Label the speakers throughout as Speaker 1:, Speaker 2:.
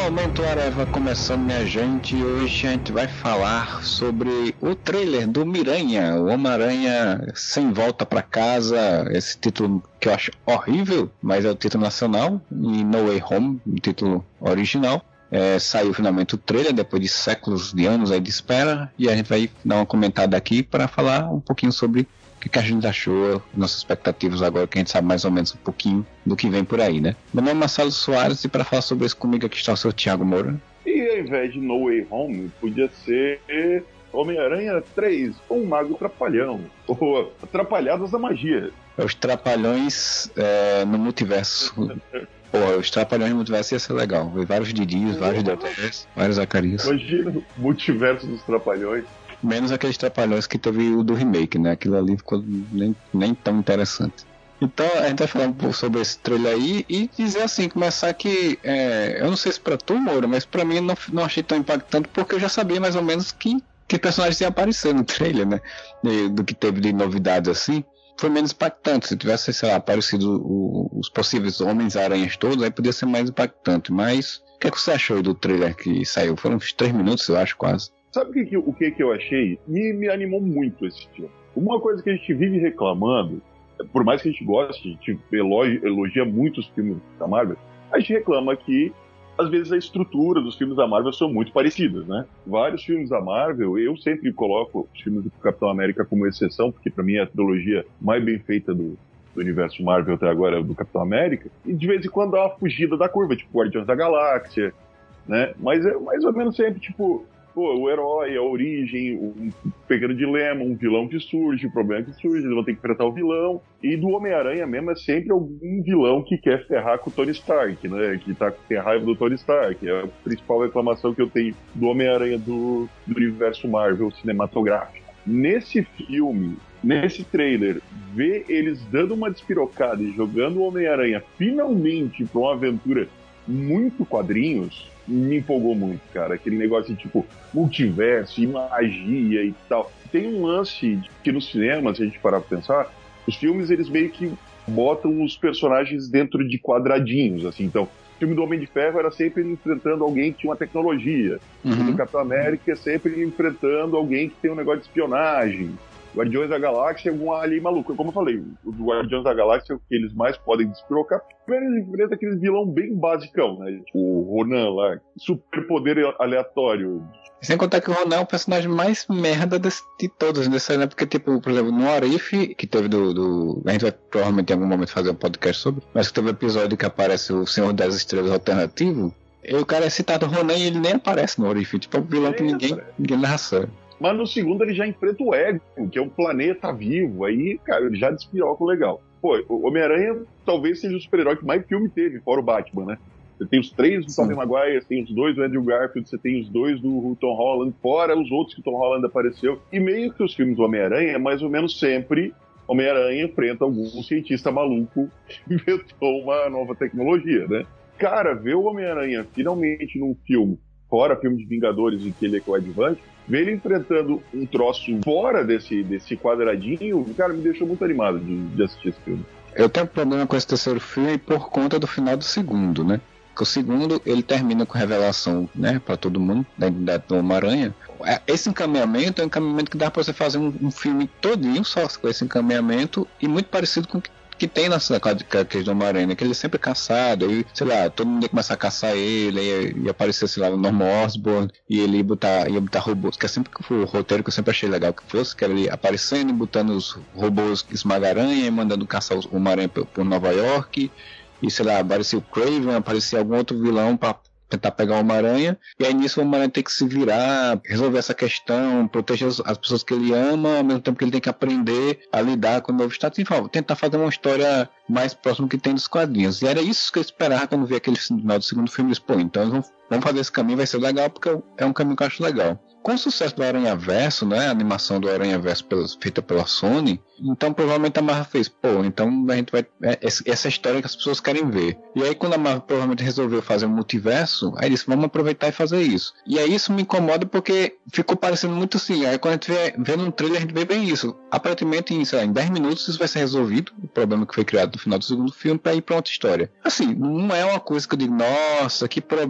Speaker 1: Momento Areva começando, minha gente. Hoje a gente vai falar sobre o trailer do Miranha, o Homem-Aranha Sem Volta Pra Casa. Esse título que eu acho horrível, mas é o título nacional, e No Way Home, o título original. Saiu finalmente o trailer depois de séculos de anos aí de espera, e a gente vai dar uma comentada aqui para falar um pouquinho sobre o que a gente achou, nossas expectativas agora, que a gente sabe mais ou menos um pouquinho do que vem por aí, né? Meu nome é Marcelo Soares e para falar sobre isso comigo aqui está o seu Thiago Moura.
Speaker 2: E ao invés de No Way Home, podia ser Homem-Aranha 3, um mago trapalhão, ou Atrapalhados da Magia.
Speaker 1: Os Trapalhões no multiverso. Pô, os Trapalhões no multiverso ia ser legal. Vários Didios, vários Deltas, vários Zacarias.
Speaker 2: Imagina o multiverso dos Trapalhões.
Speaker 1: Menos aqueles Trapalhões que teve o do remake, né? Aquilo ali ficou nem tão interessante. Então a gente vai falar um pouco sobre esse trailer aí e dizer assim, começar que eu não sei se pra tu, Moura, mas pra mim não achei tão impactante, porque eu já sabia mais ou menos que personagens iam aparecer no trailer, né? Do que teve de novidades assim. Foi menos impactante. Se tivesse, sei lá, aparecido os possíveis Homens-Aranhas todos, aí podia ser mais impactante. Mas o que é que você achou do trailer que saiu? Foram uns 3 minutos, eu acho, quase.
Speaker 2: Sabe o que eu achei? Me animou muito esse filme. Uma coisa que a gente vive reclamando, por mais que a gente goste, a gente elogia muito os filmes da Marvel, a gente reclama que às vezes a estrutura dos filmes da Marvel são muito parecidas, né? Vários filmes da Marvel, eu sempre coloco os filmes do Capitão América como exceção, porque pra mim é a trilogia mais bem feita do universo Marvel até agora, do Capitão América, e de vez em quando dá uma fugida da curva, tipo Guardiões da Galáxia, né? Mas é mais ou menos sempre, tipo, o herói, a origem, um pequeno dilema, um vilão que surge, um problema que surge, eles vão ter que enfrentar o vilão. E do Homem-Aranha mesmo é sempre algum vilão que quer ferrar com o Tony Stark, né? Que tem raiva do Tony Stark. É a principal reclamação que eu tenho do Homem-Aranha do universo Marvel cinematográfico. Nesse filme, nesse trailer, ver eles dando uma despirocada e jogando o Homem-Aranha finalmente pra uma aventura muito quadrinhos, me empolgou muito, cara. Aquele negócio de, tipo, multiverso e magia e tal. Tem um lance que no cinema, se a gente parar pra pensar, os filmes, eles meio que botam os personagens dentro de quadradinhos, assim. Então, o filme do Homem de Ferro era sempre enfrentando alguém que tinha uma tecnologia. O filme do Capitão América é sempre enfrentando alguém que tem um negócio de espionagem. Guardiões da Galáxia é algum alien maluco. Como eu falei, os Guardiões da Galáxia, o que eles mais podem despirocar, primeiro eles enfrentam aquele vilão bem basicão, né? O Ronan lá, superpoder aleatório.
Speaker 1: Sem contar que o Ronan é o personagem mais merda de todos nessa, né? Porque, tipo, por exemplo, no Arif, que teve a gente vai provavelmente em algum momento fazer um podcast sobre, mas que teve um episódio que aparece o Senhor das Estrelas alternativo, e o cara é citado Ronan e ele nem aparece no Arif. Tipo, é um vilão que ninguém leva a sério.
Speaker 2: Mas no segundo ele já enfrenta o Ego, que é um planeta vivo. Aí, cara, ele já despiroca legal. Pô, o Homem-Aranha talvez seja o super-herói que mais filme teve, fora o Batman, né? Você tem os 3 do Tobey Maguire, você tem os 2 do Andrew Garfield, você tem os 2 do Tom Holland, fora os outros que o Tom Holland apareceu. E meio que os filmes do Homem-Aranha, é mais ou menos sempre, Homem-Aranha enfrenta algum cientista maluco que inventou uma nova tecnologia, né? Cara, ver o Homem-Aranha finalmente num filme, fora filme de Vingadores, em que ele é coadjuvante, ver ele enfrentando um troço fora desse quadradinho, cara, me deixou muito animado de assistir esse filme.
Speaker 1: Eu tenho um problema com esse terceiro filme por conta do final do segundo, né? Porque o segundo, ele termina com revelação, né, pra todo mundo, da identidade do Homem-Aranha. Esse encaminhamento é um encaminhamento que dá pra você fazer um filme todinho só com esse encaminhamento, e muito parecido com o que tem nessa característica do Homem-Aranha, que ele é sempre caçado, aí, sei lá, todo mundo ia começar a caçar ele, ia aparecer, sei lá, o Norman Osborn, e ele ia botar robôs, que é sempre o roteiro que eu sempre achei legal que fosse, que era ele aparecendo e botando os robôs esmaga-aranha e mandando caçar o Homem-Aranha por Nova York, e sei lá, aparecia o Kraven, aparecia algum outro vilão pra tentar pegar o Homem-Aranha, e aí nisso o Homem-Aranha tem que se virar, resolver essa questão, proteger as pessoas que ele ama, ao mesmo tempo que ele tem que aprender a lidar com o novo status, e tentar fazer uma história mais próxima que tem dos quadrinhos. E era isso que eu esperava quando vi aquele final do segundo filme, então vamos fazer esse caminho, vai ser legal, porque é um caminho que eu acho legal. Com o sucesso do Aranhaverso, né, a animação do Aranhaverso feita pela Sony, então provavelmente a Marvel fez, então a gente vai, essa história que as pessoas querem ver. E aí quando a Marvel provavelmente resolveu fazer um multiverso, aí disse, vamos aproveitar e fazer isso. E aí isso me incomoda porque ficou parecendo muito assim, aí quando a gente vê no trailer a gente vê bem isso. Aparentemente em 10 minutos isso vai ser resolvido, o problema que foi criado no final do segundo filme, para ir para outra história. Assim, não é uma coisa que eu digo, nossa, que problema,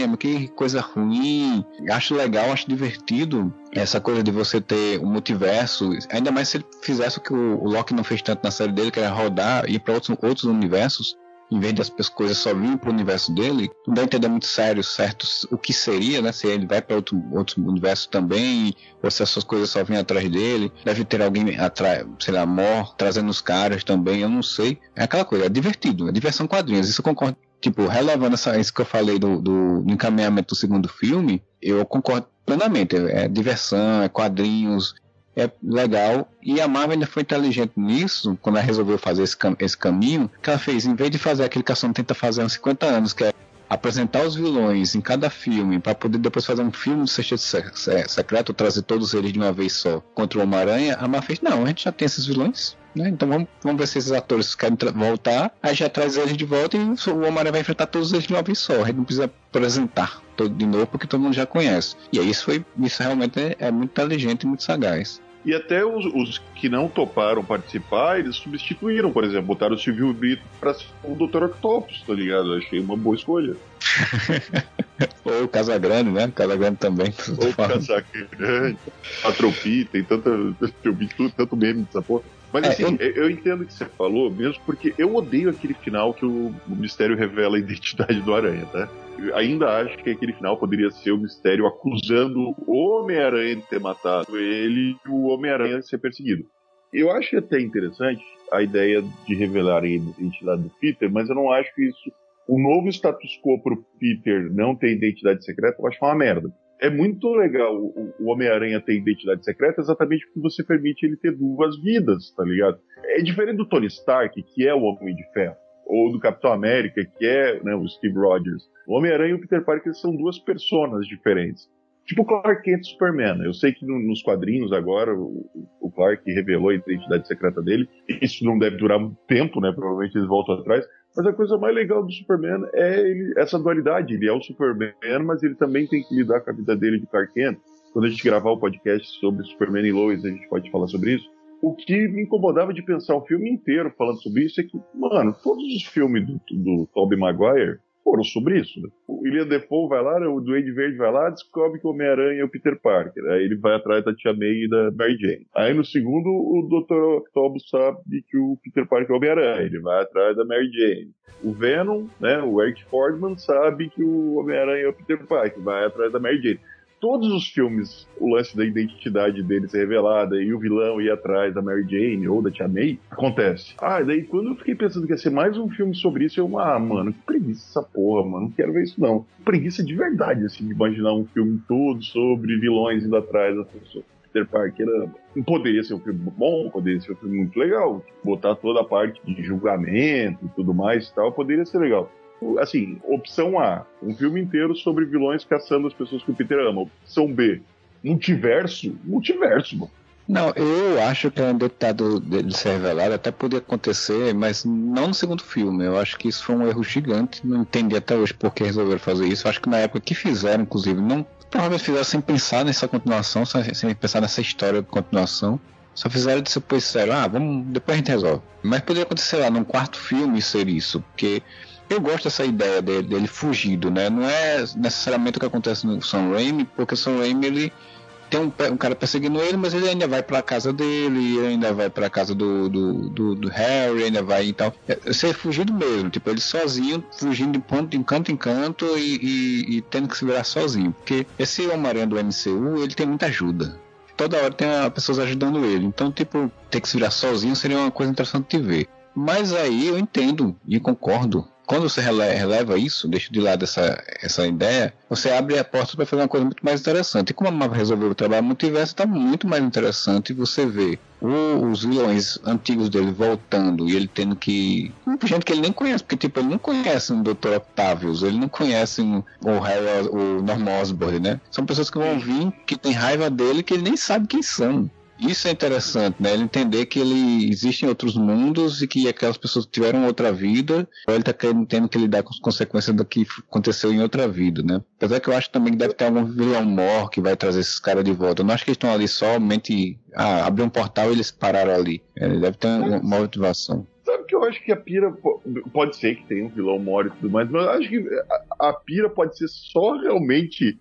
Speaker 1: caramba, que coisa ruim. Acho legal, acho divertido essa coisa de você ter um multiverso, ainda mais se ele fizesse o que o Loki não fez tanto na série dele, que era rodar e ir para outros universos, em vez das coisas só virem pro universo dele. Não dá a entender muito sério, certo, o que seria, né? Se ele vai para outro universo também, ou se essas coisas só vêm atrás dele. Deve ter alguém atrás, sei lá, Mor, trazendo os caras também, eu não sei. É aquela coisa, é divertido, é diversão quadrinhos, isso eu concordo. Tipo, relevando isso que eu falei do encaminhamento do segundo filme, eu concordo plenamente. É diversão, é quadrinhos, é legal. E a Marvel ainda foi inteligente nisso, quando ela resolveu fazer esse caminho, que ela fez, em vez de fazer aquilo que a Sony tenta fazer há uns 50 anos, que é apresentar os vilões em cada filme, para poder depois fazer um filme do Sexteto Secreto, trazer todos eles de uma vez só contra o Homem-Aranha, a Marvel fez, não, a gente já tem esses vilões, né? Então vamos ver se esses atores querem voltar, aí já traz eles de volta e o Homem-Aranha vai enfrentar todos eles de uma vez só. A gente não precisa apresentar todo de novo porque todo mundo já conhece. E aí isso realmente é muito inteligente e muito sagaz.
Speaker 2: E até os que não toparam participar, eles substituíram, por exemplo, botaram o Silvio Brito pra ser o Dr. Octopus, tá ligado? Eu achei uma boa escolha.
Speaker 1: Ou o Casagrande, né? O Casagrande também.
Speaker 2: Ou o Casagrande, a Tropi, tem tanto meme dessa porra. Mas assim, eu entendo o que você falou, mesmo porque eu odeio aquele final que o Mistério revela a identidade do Aranha, tá? Eu ainda acho que aquele final poderia ser o Mistério acusando o Homem-Aranha de ter matado ele e o Homem-Aranha de ser perseguido. Eu acho até interessante a ideia de revelar a identidade do Peter, mas eu não acho que isso... O novo status quo pro Peter não ter identidade secreta, eu acho uma merda. É muito legal o Homem-Aranha ter identidade secreta exatamente porque você permite ele ter duas vidas, tá ligado? É diferente do Tony Stark, que é o Homem de Ferro, ou do Capitão América, que é, né, o Steve Rogers. O Homem-Aranha e o Peter Parker são duas personas diferentes. Tipo o Clark Kent e Superman. Eu sei que nos quadrinhos agora o Clark revelou a identidade secreta dele. Isso não deve durar muito tempo, né? Provavelmente eles voltam atrás. Mas a coisa mais legal do Superman é essa dualidade. Ele é o Superman, mas ele também tem que lidar com a vida dele de Clark Kent. Quando a gente gravar o podcast sobre Superman e Lois, a gente pode falar sobre isso. O que me incomodava de pensar o filme inteiro falando sobre isso é que, mano, todos os filmes do Tobey Maguire foram sobre isso, né? O William Dafoe vai lá, o Duende Verde vai lá, descobre que o Homem-Aranha é o Peter Parker. Aí ele vai atrás da Tia May e da Mary Jane. Aí no segundo, o Dr. Octopus sabe que o Peter Parker é o Homem-Aranha. Ele vai atrás da Mary Jane. O Venom, né, o Eric Fordman sabe que o Homem-Aranha é o Peter Parker. Vai atrás da Mary Jane. Todos os filmes, o lance da identidade dele ser revelada e o vilão ir atrás da Mary Jane ou da Tia May, acontece. Daí quando eu fiquei pensando que ia ser mais um filme sobre isso, mano, que preguiça essa porra, mano, não quero ver isso não. Preguiça de verdade, assim, de imaginar um filme todo sobre vilões indo atrás da pessoa. Peter Parker poderia ser um filme bom, poderia ser um filme muito legal, botar toda a parte de julgamento e tudo mais e tal, poderia ser legal. Assim, opção A, um filme inteiro sobre vilões caçando as pessoas que o Peter ama. Opção B, multiverso, mano.
Speaker 1: Não, eu acho que a identidade dele ser revelada até poderia acontecer, mas não no segundo filme. Eu acho que isso foi um erro gigante. Não entendi até hoje por que resolveram fazer isso. Eu acho que na época que fizeram, inclusive, não provavelmente fizeram sem pensar nessa continuação, sem pensar nessa história de continuação. Só fizeram depois disseram, depois a gente resolve. Mas poderia acontecer lá num quarto filme ser isso, porque eu gosto dessa ideia dele fugido, né? Não é necessariamente o que acontece no Sam Raimi, porque o Sam Raimi, ele tem um cara perseguindo ele, mas ele ainda vai pra casa dele, ele ainda vai pra casa do Harry, ainda vai e tal. É ser fugido mesmo, tipo, ele sozinho, fugindo de canto em canto e tendo que se virar sozinho. Porque esse Homem-Aranha do MCU, ele tem muita ajuda. Toda hora tem pessoas ajudando ele. Então, tipo, ter que se virar sozinho seria uma coisa interessante de ver. Mas aí eu entendo e concordo. Quando você releva isso, deixa de lado essa ideia, você abre a porta para fazer uma coisa muito mais interessante. E como a Marvel resolveu trabalhar no multiverso, está muito mais interessante você ver os vilões antigos dele voltando e ele tendo que... gente que ele nem conhece, porque tipo, ele não conhece o Dr. Octavius, ele não conhece o Norman Osborn, né? São pessoas que vão vir, que tem raiva dele, que ele nem sabe quem são. Isso é interessante, né? Ele entender que existem outros mundos e que aquelas pessoas tiveram outra vida, ou ele tá tendo que lidar com as consequências do que aconteceu em outra vida, né? Apesar que eu acho também que deve ter algum vilão mor que vai trazer esses caras de volta. Eu não acho que eles estão ali somente abrir um portal e eles pararam ali. Deve ter uma motivação.
Speaker 2: Sabe o que eu acho que a Pira pode ser que tenha um vilão maior e tudo mais, mas eu acho que a Pira pode ser só realmente,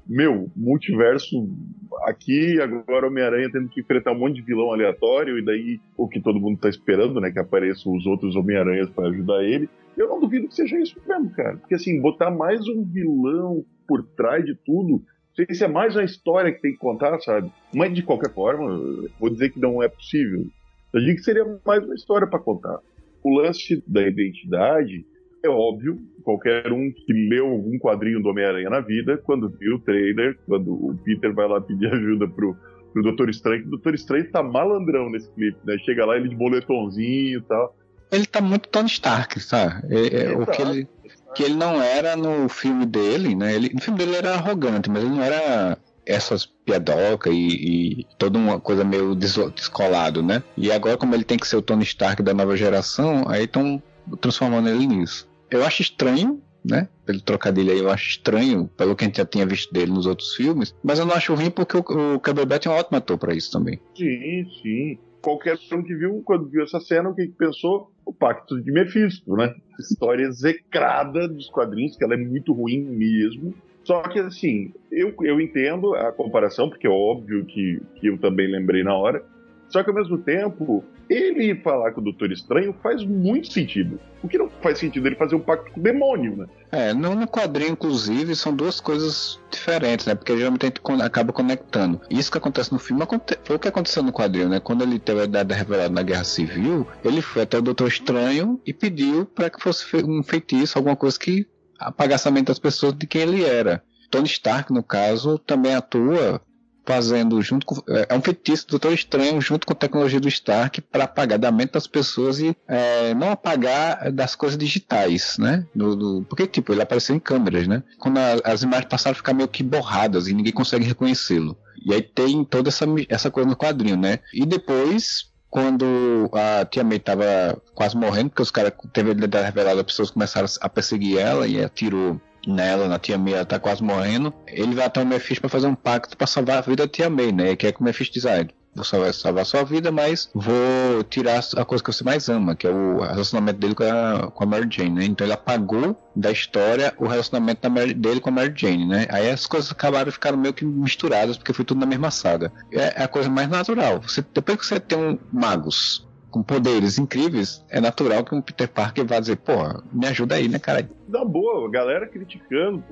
Speaker 2: multiverso aqui, agora Homem-Aranha tendo que enfrentar um monte de vilão aleatório, e daí o que todo mundo tá esperando, né, que apareçam os outros Homem-Aranhas pra ajudar ele. Eu não duvido que seja isso mesmo, cara. Porque assim, botar mais um vilão por trás de tudo, não sei se é mais uma história que tem que contar, sabe? Mas de qualquer forma, vou dizer que não é possível. Eu digo que seria mais uma história pra contar. O lance da identidade é óbvio, qualquer um que leu algum quadrinho do Homem-Aranha na vida, quando viu o trailer, quando o Peter vai lá pedir ajuda pro Doutor Estranho, o Doutor Estranho tá malandrão nesse clipe, né? Chega lá ele de boletomzinho e tal.
Speaker 1: Ele tá muito Tony Stark, sabe? O que ele não era no filme dele, né? No filme dele era arrogante, mas ele não era essas piadocas e toda uma coisa meio descolado, né? E agora, como ele tem que ser o Tony Stark da nova geração, aí estão transformando ele nisso. Eu acho estranho, né? Pelo trocadilho aí, eu acho estranho, pelo que a gente já tinha visto dele nos outros filmes, mas eu não acho ruim porque o Cumberbatch é um ótimo ator pra isso também.
Speaker 2: Sim, sim. Qualquer um que viu, quando viu essa cena, o que pensou? O Pacto de Mephisto, né? História execrada dos quadrinhos, que ela é muito ruim mesmo. Só que, assim, eu entendo a comparação, porque é óbvio que eu também lembrei na hora. Só que, ao mesmo tempo, ele falar com o Doutor Estranho faz muito sentido. O que não faz sentido ele fazer um pacto com o demônio, né?
Speaker 1: No quadrinho, inclusive, são duas coisas diferentes, né? Porque geralmente a gente acaba conectando. Isso que acontece no filme foi o que aconteceu no quadrinho, né? Quando ele teve a idade revelada na Guerra Civil, ele foi até o Doutor Estranho e pediu para que fosse um feitiço, alguma coisa que apagasse a mente das pessoas de quem ele era. Tony Stark, no caso, também atua fazendo junto com... É um feitiço do Doutor Estranho junto com a tecnologia do Stark para apagar da mente das pessoas e não apagar das coisas digitais, né? Porque, tipo, ele apareceu em câmeras, né? Quando as imagens passaram a ficar meio que borradas e ninguém consegue reconhecê-lo. E aí tem toda essa coisa no quadrinho, né? E depois, quando a Tia May tava quase morrendo, porque os caras teve a identidade revelada, as pessoas começaram a perseguir ela e atirou nela, na Tia May, ela tá quase morrendo. Ele vai até o Mephisto pra fazer um pacto pra salvar a vida da Tia May, né? Que é que o Mephisto diz, vou salvar sua vida, mas vou tirar a coisa que você mais ama, que é o relacionamento dele com a Mary Jane, né? Então ele apagou da história o relacionamento dele com a Mary Jane, né? Aí as coisas ficaram meio que misturadas, porque foi tudo na mesma saga. É a coisa mais natural. Depois que você tem magos com poderes incríveis, é natural que um Peter Parker vá dizer, porra, me ajuda aí, né, cara?
Speaker 2: Na boa, a galera criticando,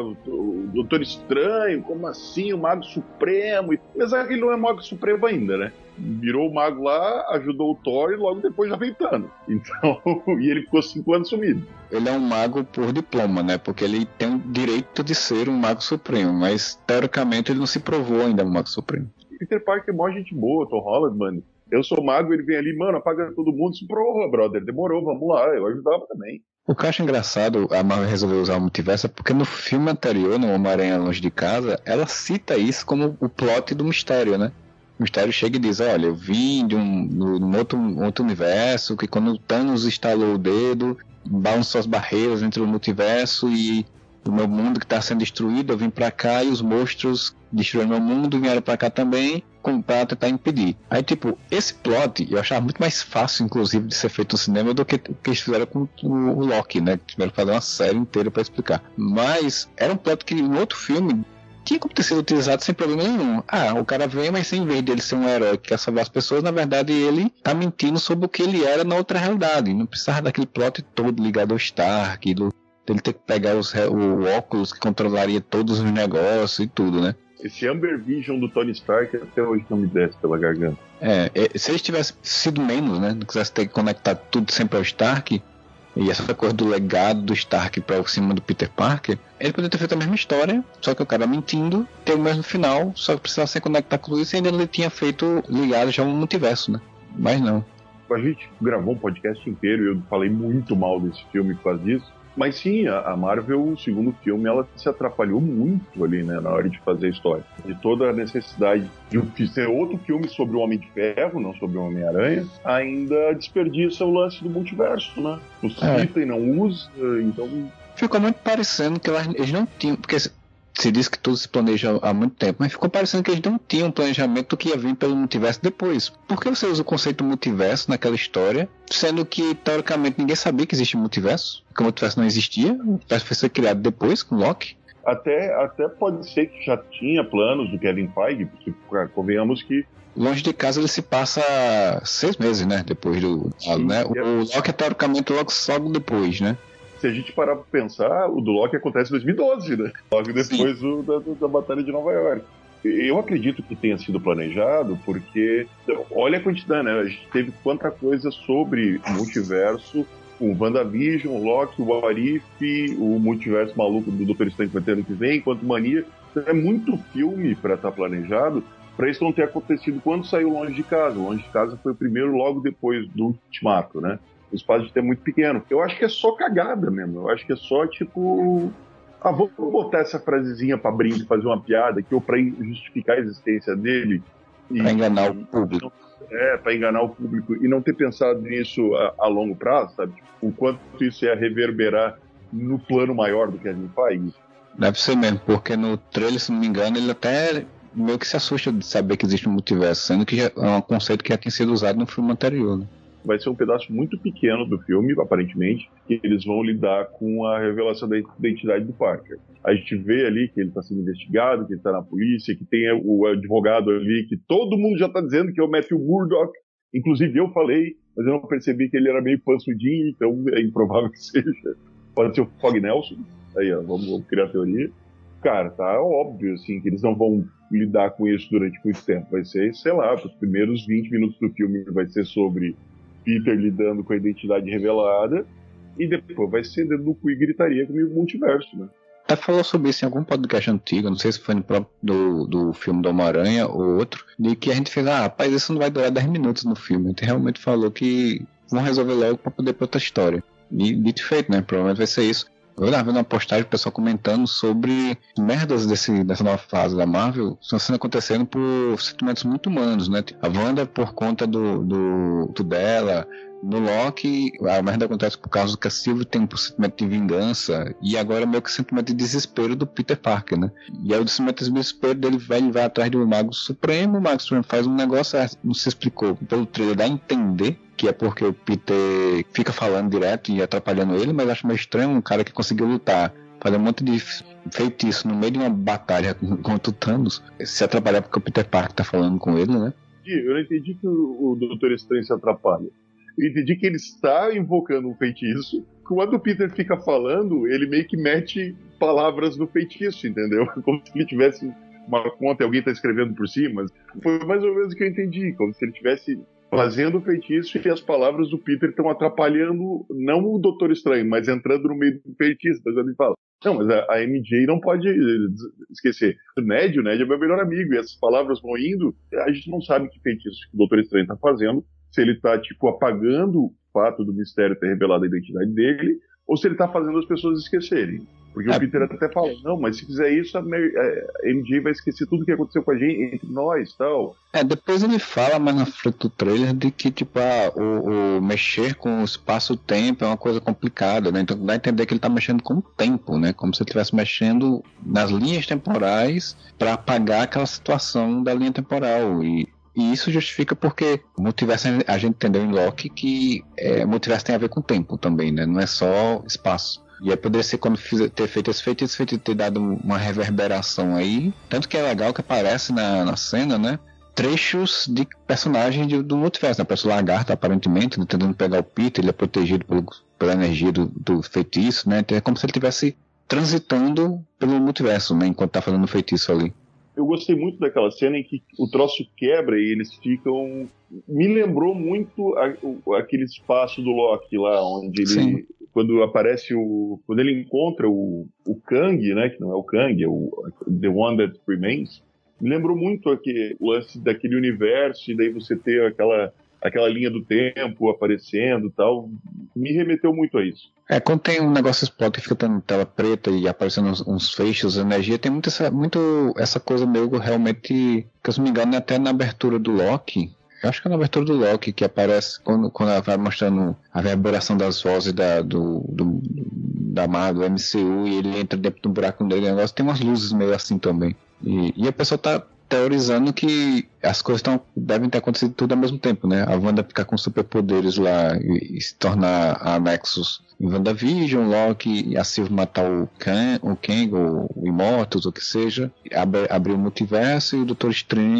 Speaker 2: o Doutor Estranho, como assim, o Mago Supremo? Apesar que ele não é Mago Supremo ainda, né? Virou o Mago lá, ajudou o Thor e logo depois já veio Thanos. Então, e ele ficou 5 anos sumido.
Speaker 1: Ele é um mago por diploma, né? Porque ele tem o direito de ser um Mago Supremo, mas teoricamente ele não se provou ainda um Mago Supremo.
Speaker 2: Peter Parker é mó gente boa, Tom Holland, mano. Eu sou mago, ele vem ali, mano, apaga todo mundo. Se prova, brother. Demorou, vamos lá. Eu ajudava também.
Speaker 1: O que eu acho engraçado, a Marvel resolveu usar o multiverso, é porque no filme anterior, no Homem-Aranha Longe de Casa, ela cita isso como o plot do Mistério, né? O Mistério chega e diz, olha, eu vim de um outro universo, que quando o Thanos estalou o dedo, balançou as barreiras entre o multiverso e o meu mundo que está sendo destruído, eu vim pra cá e os monstros destruíram meu mundo, vieram pra cá também, pra tentar impedir. Aí, tipo, esse plot eu achava muito mais fácil, inclusive, de ser feito no cinema do que o que eles fizeram com o Loki, né? Que tiveram que fazer uma série inteira pra explicar. Mas era um plot que no outro filme tinha como ter sido utilizado sem problema nenhum. O cara vem, mas em vez dele ser um herói que quer salvar as pessoas, na verdade ele tá mentindo sobre o que ele era na outra realidade. Não precisava daquele plot todo ligado ao Stark, dele ter que pegar o óculos que controlaria todos os negócios e tudo, né?
Speaker 2: Esse Amber Vision do Tony Stark até hoje não me desce pela garganta.
Speaker 1: Se ele tivesse sido menos, né? Não quisesse ter que conectar tudo sempre ao Stark, e essa coisa do legado do Stark pra cima do Peter Parker, ele poderia ter feito a mesma história, só que o cara mentindo, ter o mesmo final, só que precisava se conectar com isso e ainda ele tinha feito ligado já um multiverso, né? Mas não.
Speaker 2: A gente gravou um podcast inteiro e eu falei muito mal desse filme por causa disso. Mas sim, a Marvel, o segundo filme, ela se atrapalhou muito ali, né, na hora de fazer a história. De toda a necessidade de ser outro filme sobre o Homem de Ferro, não sobre o Homem-Aranha, ainda desperdiça o lance do multiverso, né? Não cita e não usa, então...
Speaker 1: Ficou muito parecendo que eles não tinham... Porque Se diz que tudo se planeja há muito tempo, mas ficou parecendo que eles não tinham um planejamento do que ia vir pelo multiverso depois. Por que você usa o conceito multiverso naquela história, sendo que, teoricamente, ninguém sabia que existia multiverso? Porque o multiverso não existia, o multiverso foi ser criado depois, com Loki.
Speaker 2: Até pode ser que já tinha planos do Kevin Feige, porque convenhamos que
Speaker 1: Longe de Casa ele se passa 6 meses, né? Depois do.
Speaker 2: Sim,
Speaker 1: né? O Loki é teoricamente logo depois, né?
Speaker 2: se a gente parar pra pensar, o do Loki acontece em 2012, né? Logo depois da Batalha de Nova York. Eu acredito que tenha sido planejado, porque olha a quantidade, né? A gente teve quanta coisa sobre o multiverso, o WandaVision, o Loki, o What If, o multiverso maluco do Doutor Estranho que vai ter ano que vem, quanto Mania. É muito filme para estar planejado, para isso não ter acontecido quando saiu Longe de Casa. Longe de Casa foi o primeiro logo depois do Ultimato, né? O espaço de tempo é muito pequeno. Eu acho que é só cagada mesmo. Eu acho que é só, tipo... vou botar essa frasezinha pra brincar, fazer uma piada aqui, ou pra justificar a existência dele.
Speaker 1: Pra enganar o público.
Speaker 2: Pra enganar o público. E não ter pensado nisso a longo prazo, sabe? Tipo, o quanto isso ia reverberar no plano maior do Kevin Feige.
Speaker 1: Deve ser mesmo, porque no trailer, se não me engano, ele até meio que se assusta de saber que existe um multiverso, sendo que já é um conceito que já tinha sido usado no filme anterior, né?
Speaker 2: Vai ser um pedaço muito pequeno do filme, aparentemente, que eles vão lidar com a revelação da identidade do Parker. A gente vê ali que ele está sendo investigado, que ele está na polícia, que tem o advogado ali, que todo mundo já está dizendo que é o Matthew Murdock. Inclusive eu falei, mas eu não percebi que ele era meio pansudinho, então é improvável que seja. Pode ser o Fog Nelson. Aí, ó, vamos criar a teoria. Cara, tá óbvio, assim, que eles não vão lidar com isso durante muito tempo. Vai ser, sei lá, os primeiros 20 minutos do filme vai ser sobre Peter lidando com a identidade revelada, e depois vai ser dentro do cu e gritaria com o multiverso, né?
Speaker 1: Até falou sobre isso em algum podcast antigo, não sei se foi no próprio do filme do Homem-Aranha ou outro, de que a gente fez, rapaz, isso não vai durar 10 minutos no filme. A gente realmente falou que vão resolver logo pra poder ir pra outra história. E dito e feito, né? Provavelmente vai ser isso. Eu estava vendo uma postagem do pessoal comentando sobre merdas dessa nova fase da Marvel estão sendo acontecendo por sentimentos muito humanos, né? A Wanda por conta do dela, no Loki a merda acontece por causa que a Sylvie tem um sentimento de vingança, e agora meio que o sentimento de desespero do Peter Parker, né? E aí o sentimento de desespero dele vai atrás do Mago Supremo, o Mago Supremo faz um negócio, não se explicou pelo trailer, dá a entender que é porque o Peter fica falando direto e atrapalhando ele, mas acho meio estranho um cara que conseguiu lutar, fazer um monte de feitiço no meio de uma batalha contra o Thanos, se atrapalhar porque o Peter Parker tá falando com ele, né?
Speaker 2: Eu não entendi que o Doutor Estranho se atrapalha. Eu entendi que ele está invocando um feitiço. Quando o Peter fica falando, ele meio que mete palavras no feitiço, entendeu? Como se ele tivesse uma conta e alguém está escrevendo por cima. Foi mais ou menos o que eu entendi. Como se ele tivesse fazendo o feitiço e as palavras do Peter estão atrapalhando, não o Doutor Estranho, mas entrando no meio do feitiço. Então ele fala, não, mas a MJ não pode esquecer. O Ned é meu melhor amigo, e essas palavras vão indo, a gente não sabe que feitiço que o Doutor Estranho está fazendo, se ele tá, tipo, apagando o fato do mistério ter revelado a identidade dele, ou se ele tá fazendo as pessoas esquecerem. Porque o Peter até fala, não, mas se fizer isso, a MJ vai esquecer tudo que aconteceu com a gente, entre nós, tal.
Speaker 1: Depois ele fala mais na frente do trailer de que, tipo, o mexer com o espaço-tempo é uma coisa complicada, né? Então dá a entender que ele tá mexendo com o tempo, né? Como se ele estivesse mexendo nas linhas temporais para apagar aquela situação da linha temporal. E isso justifica porque o multiverso, a gente entendeu em Loki que multiverso tem a ver com tempo também, né? Não é só espaço. E aí poderia ser quando ter feito esse feitiço ter dado uma reverberação aí. Tanto que é legal que aparece na cena, né? Trechos de personagens do multiverso, né? Aparece o Lagarto, aparentemente, né? Tentando pegar o Peter, ele é protegido pela energia do feitiço, né? Então é como se ele estivesse transitando pelo multiverso, né? Enquanto tá fazendo o feitiço ali.
Speaker 2: Eu gostei muito daquela cena em que o troço quebra e eles ficam... Me lembrou muito aquele espaço do Loki lá, onde ele... Sim. Quando aparece quando ele encontra o Kang, né? Que não é o Kang, é o The One That Remains. Me lembrou muito o lance daquele universo, e daí você ter aquela linha do tempo aparecendo e tal. Me remeteu muito a isso.
Speaker 1: Quando tem um negócio explode que fica tendo tela preta e aparecendo uns feixes de energia, tem muito essa coisa meio realmente, que eu não me engano, até na abertura do Loki, Eu acho que é na abertura do Loki, que aparece quando ela vai mostrando a reverberação das vozes da Marvel, do MCU, e ele entra dentro do buraco dele, negócio tem umas luzes meio assim também. E a pessoa tá teorizando que as coisas devem ter acontecido tudo ao mesmo tempo, né? A Wanda ficar com superpoderes lá e se tornar a Nexus em WandaVision, Loki e a Sylvie matar o Kang, ou o Immortus, ou o que seja, abrir o multiverso, e o Doutor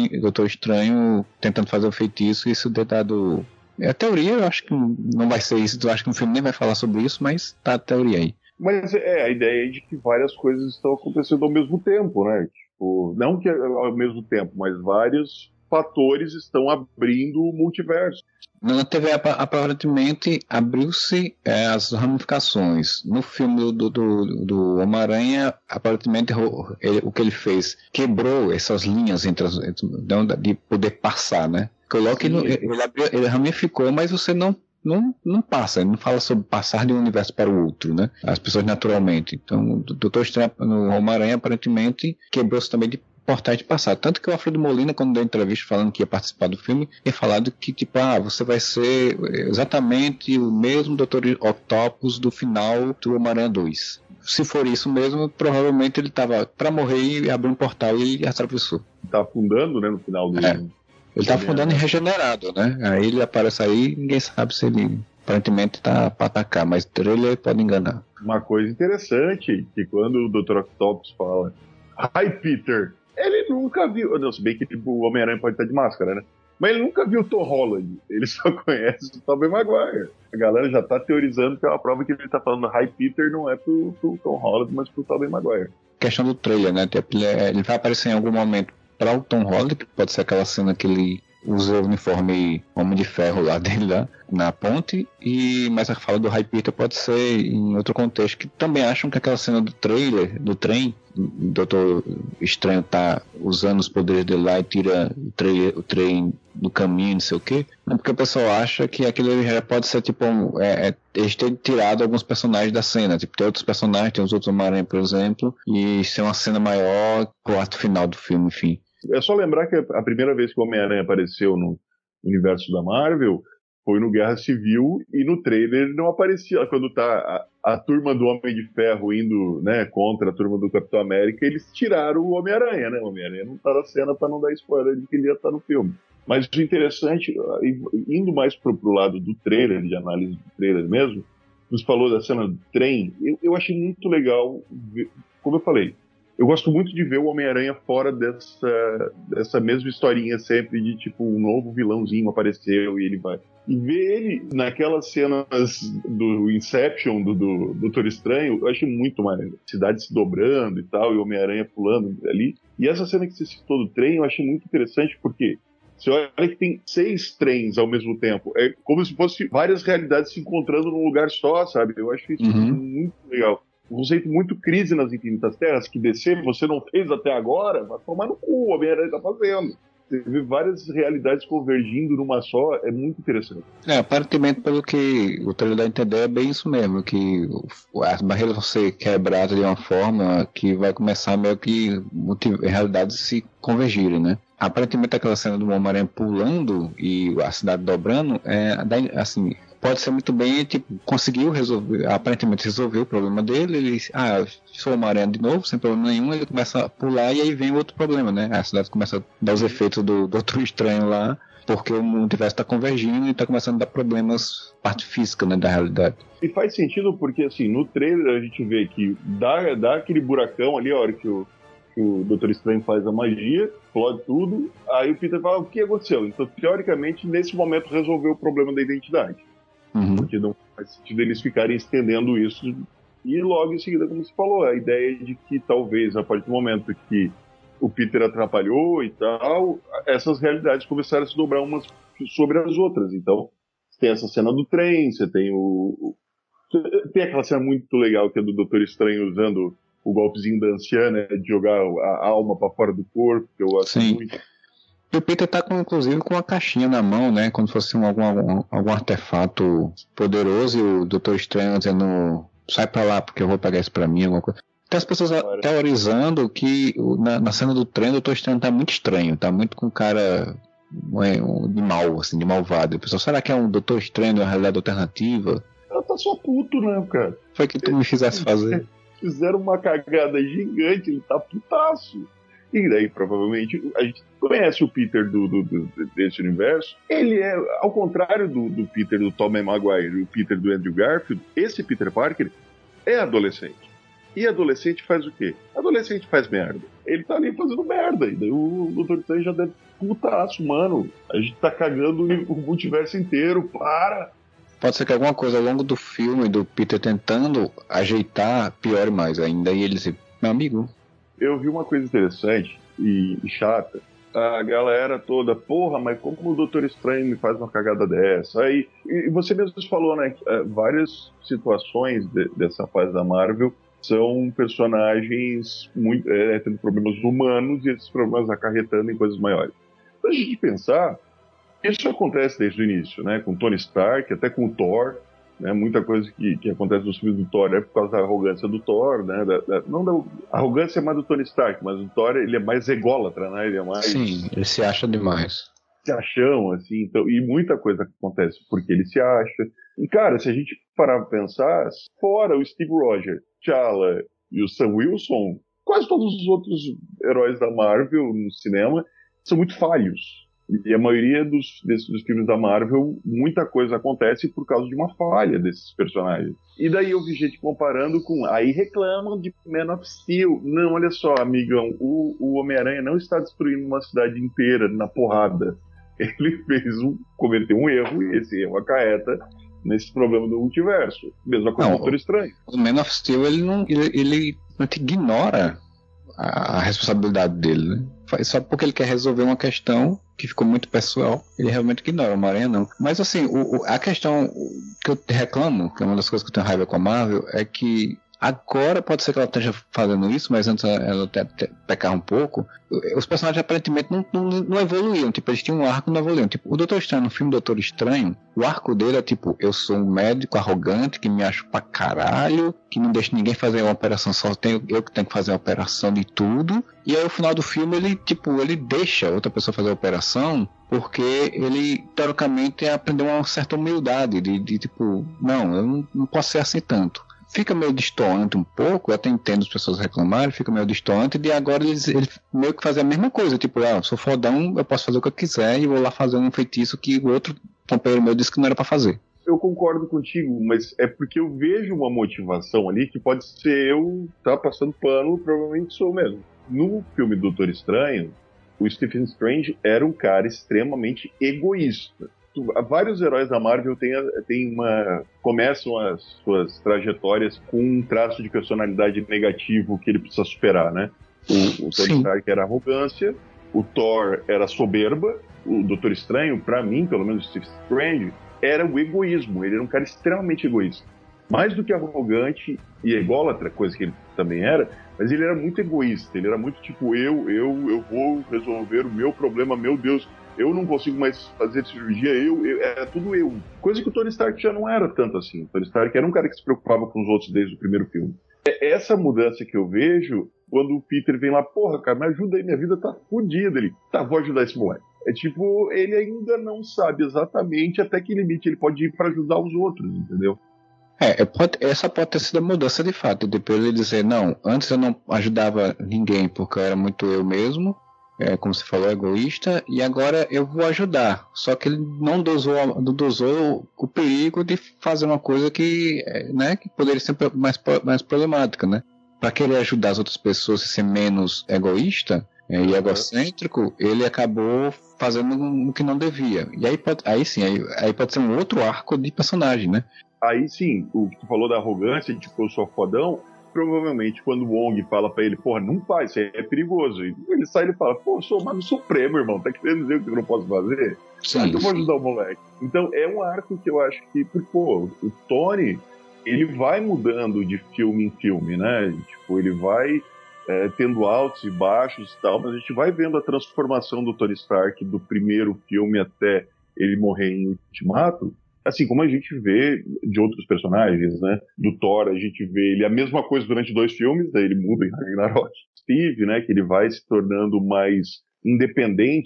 Speaker 1: Estranho tentando fazer o feitiço, e isso ter dado... É a teoria, eu acho que não vai ser isso, eu acho que o filme nem vai falar sobre isso, mas tá a teoria aí.
Speaker 2: Mas a ideia é de que várias coisas estão acontecendo ao mesmo tempo, né? Tipo, não que ao mesmo tempo, mas vários fatores estão abrindo o multiverso.
Speaker 1: Na TV, aparentemente, abriu-se as ramificações. No filme do Homem-Aranha, aparentemente, o que ele fez, quebrou essas linhas de poder passar, né? Porque o Loki, ele ramificou, mas você não passa, ele não fala sobre passar de um universo para o outro, né? As pessoas naturalmente. Então, o Doutor Estranho no Homem-Aranha, aparentemente, quebrou-se também de portais de passar. Tanto que o Alfredo Molina, quando deu entrevista falando que ia participar do filme, ia falado que, tipo, você vai ser exatamente o mesmo Dr. Octopus do final do Homem-Aranha 2. Se for isso mesmo, provavelmente ele tava para morrer e abriu um portal e atravessou.
Speaker 2: Tá afundando, né, no final do...
Speaker 1: Ele tá afundando e regenerado, né? Aí ele aparece aí, ninguém sabe se ele aparentemente tá pra atacar, mas trailer pode enganar.
Speaker 2: Uma coisa interessante, que quando o Dr. Octopus fala "Hi, Peter", ele nunca viu... Não, se bem que tipo, o Homem-Aranha pode estar de máscara, né? Mas ele nunca viu o Tom Holland. Ele só conhece o Tobey Maguire. A galera já tá teorizando que é uma prova que ele tá falando "Hi, Peter" não é pro Tom Holland, mas pro Tobey Maguire.
Speaker 1: Questão do trailer, né? Ele vai aparecer em algum momento para o Tom Holland, que pode ser aquela cena que ele usa o uniforme Homem de Ferro lá dele lá na ponte, mas a fala do Hi Peter pode ser em outro contexto, que também acham que aquela cena do trailer, do trem, o Doutor Estranho tá usando os poderes dele lá e tira o trem do caminho, não sei o que, porque o pessoal acha que aquilo já pode ser tipo eles terem tirado alguns personagens da cena, tipo, tem outros personagens, tem os outros Homem-Aranha, por exemplo, e ser uma cena maior pro ato final do filme, enfim.
Speaker 2: É só lembrar que a primeira vez que o Homem-Aranha apareceu no universo da Marvel foi no Guerra Civil, e no trailer ele não aparecia. Quando tá a turma do Homem de Ferro indo, né, contra a turma do Capitão América, eles tiraram o Homem-Aranha, né? O Homem-Aranha não tá na cena para não dar spoiler de que ele ia estar no filme. Mas o interessante, indo mais pro lado do trailer, de análise do trailer mesmo, você falou da cena do trem, eu achei muito legal, como eu falei, eu gosto muito de ver o Homem-Aranha fora dessa mesma historinha sempre de tipo um novo vilãozinho apareceu e ele vai. E ver ele naquelas cenas do Inception, do Doutor Estranho, eu acho muito maneiro. Cidade se dobrando e tal, e o Homem-Aranha pulando ali. E essa cena que você citou do trem, eu achei muito interessante porque você olha que tem 6 trens ao mesmo tempo. É como se fosse várias realidades se encontrando num lugar só, sabe? Eu acho isso muito legal. Um conceito muito Crise nas Infinitas Terras, que DC você não fez até agora, vai tomar no cu, o Homem-Aranha tá fazendo. Você vê várias realidades convergindo numa só, é muito interessante.
Speaker 1: Aparentemente, pelo que o trailer dá a entender, é bem isso mesmo, que as barreiras vão ser quebradas de uma forma que vai começar meio que realidades se convergirem, né? Aparentemente aquela cena do Homem-Aranha pulando e a cidade dobrando, assim, pode ser muito bem, tipo, conseguiu aparentemente resolver o problema dele, ele, sou uma aranha de novo, sem problema nenhum, ele começa a pular e aí vem outro problema, né? A cidade começa a dar os efeitos do Doutor Estranho lá, porque o universo está convergindo e está começando a dar problemas, parte física, né, da realidade.
Speaker 2: E faz sentido porque, assim, no trailer a gente vê que dá aquele buracão ali, a hora que o Doutor Estranho faz a magia, explode tudo, aí o Peter fala, o que aconteceu? Então, teoricamente, nesse momento resolveu o problema da identidade. Porque não faz sentido eles ficarem estendendo isso. E logo em seguida, como você falou, a ideia de que talvez, a partir do momento que o Peter atrapalhou e tal, essas realidades começaram a se dobrar umas sobre as outras. Então, você tem essa cena do trem, você tem tem aquela cena muito legal que é do Doutor Estranho usando o golpezinho da anciã, né, de jogar a alma pra fora do corpo, que eu gosto muito.
Speaker 1: E o Peter tá inclusive com uma caixinha na mão, né? Como se fosse algum artefato poderoso, e o Doutor Estranho dizendo, sai pra lá porque eu vou pegar isso pra mim, alguma coisa. Tem as pessoas teorizando que na cena do trem o Doutor Estranho tá muito estranho, tá muito com cara de mal, assim, de malvado. O pessoal, será que é um Doutor Estranho uma realidade alternativa?
Speaker 2: Ela tá só puto, né, cara?
Speaker 1: Foi que tu me fizesse fazer.
Speaker 2: Fizeram uma cagada gigante, ele tá putaço. E daí, provavelmente, a gente conhece o Peter desse universo. Ele é, ao contrário do Peter do Tobey Maguire e o Peter do Andrew Garfield, esse Peter Parker é adolescente. E adolescente faz o quê? Adolescente faz merda. Ele tá ali fazendo merda. E daí o Dr. Strange já deve putaço, mano. A gente tá cagando o multiverso inteiro, para!
Speaker 1: Pode ser que alguma coisa ao longo do filme, do Peter tentando ajeitar, piore mais ainda. E ele diz, meu amigo.
Speaker 2: Eu vi uma coisa interessante e chata. A galera toda, porra, mas como o Doutor Estranho me faz uma cagada dessa? Aí, e você mesmo falou, né? Várias situações dessa fase da Marvel são personagens muito tendo problemas humanos e esses problemas acarretando em coisas maiores. Então, a gente pensar, isso acontece desde o início, né? Com Tony Stark, até com o Thor. Né, muita coisa que acontece nos filmes do Thor é por causa da arrogância do Thor, né, não da arrogância mais do Tony Stark, mas o Thor ele é mais ególatra, né, ele é mais...
Speaker 1: Sim, ele se acha demais.
Speaker 2: Se acham, assim, então, e muita coisa acontece porque ele se acha. E, cara, se a gente parar pra pensar, fora o Steve Rogers, T'Challa e o Sam Wilson, quase todos os outros heróis da Marvel no cinema são muito falhos. E a maioria dos filmes da Marvel, muita coisa acontece por causa de uma falha desses personagens. E daí eu vi gente comparando com... Aí reclamam de Man of Steel. Não, olha só, amigão, o Homem-Aranha não está destruindo uma cidade inteira na porrada. Ele cometeu um erro e esse erro acarreta nesse problema do multiverso. Mesma coisa do Doutor Estranho.
Speaker 1: O Man of Steel, ele não te ignora a responsabilidade dele, né? Só porque ele quer resolver uma questão que ficou muito pessoal, ele realmente ignora. O Homem-Aranha não. Mas assim, a questão que eu reclamo, que é uma das coisas que eu tenho raiva com a Marvel, é que agora pode ser que ela esteja fazendo isso, mas antes ela até pecar um pouco. Os personagens aparentemente não evoluíam. Tipo, eles tinham um arco e não evoluíam. Tipo, o Doutor Estranho, no filme Doutor Estranho, o arco dele é tipo, eu sou um médico arrogante que me acho pra caralho, que não deixa ninguém fazer uma operação, só tenho eu que tenho que fazer a operação de tudo. E aí, no final do filme, ele deixa outra pessoa fazer a operação porque ele, teoricamente, aprendeu uma certa humildade de tipo, não, eu não posso ser assim tanto. Fica meio distoante um pouco, eu até entendo as pessoas reclamarem, fica meio distoante, e agora eles meio que fazem a mesma coisa, tipo, eu sou fodão, eu posso fazer o que eu quiser e vou lá fazer um feitiço que o outro companheiro meu disse que não era pra fazer.
Speaker 2: Eu concordo contigo, mas é porque eu vejo uma motivação ali que pode ser eu passando pano, provavelmente sou mesmo. No filme Doutor Estranho, o Stephen Strange era um cara extremamente egoísta. Vários heróis da Marvel começam as suas trajetórias com um traço de personalidade negativo que ele precisa superar, né? O Tony Stark era arrogância, o Thor era soberba, o Doutor Estranho, pra mim, pelo menos o Steve Strange, era o egoísmo. Ele era um cara extremamente egoísta. Mais do que arrogante e ególatra, coisa que ele também era, mas ele era muito egoísta. Ele era muito tipo, eu vou resolver o meu problema, meu Deus, eu não consigo mais fazer cirurgia, é tudo eu. Coisa que o Tony Stark já não era tanto assim. O Tony Stark era um cara que se preocupava com os outros desde o primeiro filme. É essa mudança que eu vejo quando o Peter vem lá, porra, cara, me ajuda aí, minha vida tá fodida. Ele, tá, vou ajudar esse moleque. É tipo, ele ainda não sabe exatamente até que limite ele pode ir para ajudar os outros, entendeu?
Speaker 1: Essa pode ter sido a mudança de fato. Depois ele dizer, não, antes eu não ajudava ninguém porque eu era muito eu mesmo, como você falou, egoísta, e agora eu vou ajudar. Só que ele não dosou o perigo de fazer uma coisa que poderia ser mais problemática, né? Para querer ajudar as outras pessoas e ser menos egoísta e egocêntrico, ele acabou fazendo o que não devia. E aí pode ser um outro arco de personagem, né?
Speaker 2: Aí sim, o que tu falou da arrogância, tipo, eu sou fodão, provavelmente quando o Wong fala pra ele, porra, não faz, isso é perigoso. E ele sai e fala, pô, eu sou o Mago Supremo, irmão, tá querendo dizer que eu não posso fazer? Sim, eu vou ajudar o moleque. Então é um arco que eu acho que, pô, o Tony, ele vai mudando de filme em filme, né? Tipo, ele vai tendo altos e baixos e tal, mas a gente vai vendo a transformação do Tony Stark do primeiro filme até ele morrer em Ultimato. Assim como a gente vê de outros personagens, né? Do Thor, a gente vê ele a mesma coisa durante 2 filmes, daí ele muda em Ragnarok. Steve, né? Que ele vai se tornando mais independente,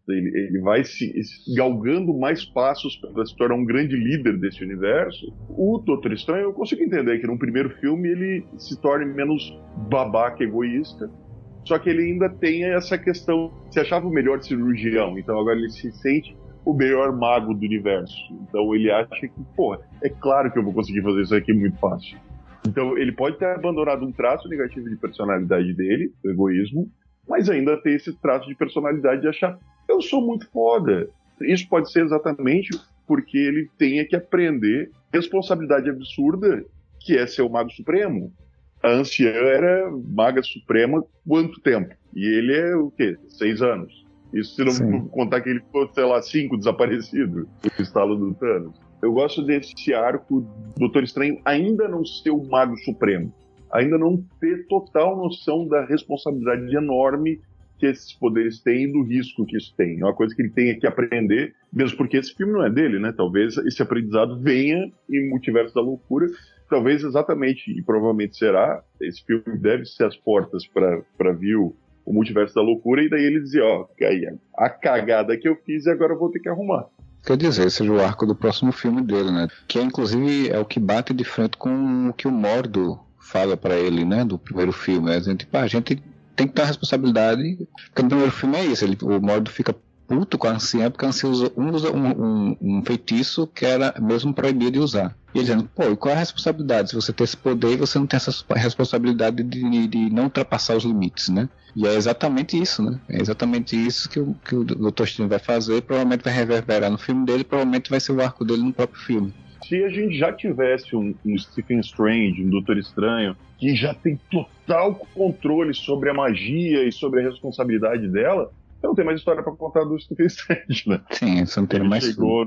Speaker 2: ele vai se galgando mais passos para se tornar um grande líder desse universo. O Doutor Estranho, eu consigo entender que no primeiro filme ele se torne menos babaca, egoísta, só que ele ainda tem essa questão, se achava o melhor cirurgião, então agora ele se sente o melhor mago do universo. Então ele acha que, é claro que eu vou conseguir fazer isso aqui muito fácil. Então ele pode ter abandonado um traço negativo de personalidade dele, o egoísmo, mas ainda ter esse traço de personalidade de achar, eu sou muito foda. Isso pode ser exatamente porque ele tenha que aprender responsabilidade absurda que é ser o Mago Supremo. A anciã era Maga Suprema quanto tempo? E ele é o quê? 6 anos. Isso se não
Speaker 1: Sim.
Speaker 2: contar que ele ficou, 5 desaparecido no estalo do Thanos. Eu gosto desse arco do Doutor Estranho ainda não ser o Mago Supremo. Ainda não ter total noção da responsabilidade enorme que esses poderes têm e do risco que isso tem. É uma coisa que ele tem que aprender, mesmo porque esse filme não é dele, né? Talvez esse aprendizado venha em Multiverso da Loucura. Talvez exatamente, e provavelmente será, esse filme deve ser as portas para vir o Multiverso da Loucura, e daí ele dizia, a cagada que eu fiz e agora eu vou ter que arrumar.
Speaker 1: Quer dizer, seja o arco do próximo filme dele, né? Que inclusive é o que bate de frente com o que o Mordo fala pra ele, né? Do primeiro filme. A gente tem que ter a responsabilidade, porque no primeiro filme é isso, o Mordo fica puto com a anciã, porque a anciã usa um feitiço que era mesmo proibido de usar. E ele dizendo, e qual é a responsabilidade? Se você tem esse poder, você não tem essa responsabilidade de não ultrapassar os limites, né? E é exatamente isso, né? É exatamente isso que o Dr. Strange vai fazer, provavelmente vai reverberar no filme dele, provavelmente vai ser o arco dele no próprio filme.
Speaker 2: Se a gente já tivesse um Stephen Strange, um Doutor Estranho, que já tem total controle sobre a magia e sobre a responsabilidade dela, não tem mais história pra contar do Stephen Strange, né?
Speaker 1: Sim, você não tem mais...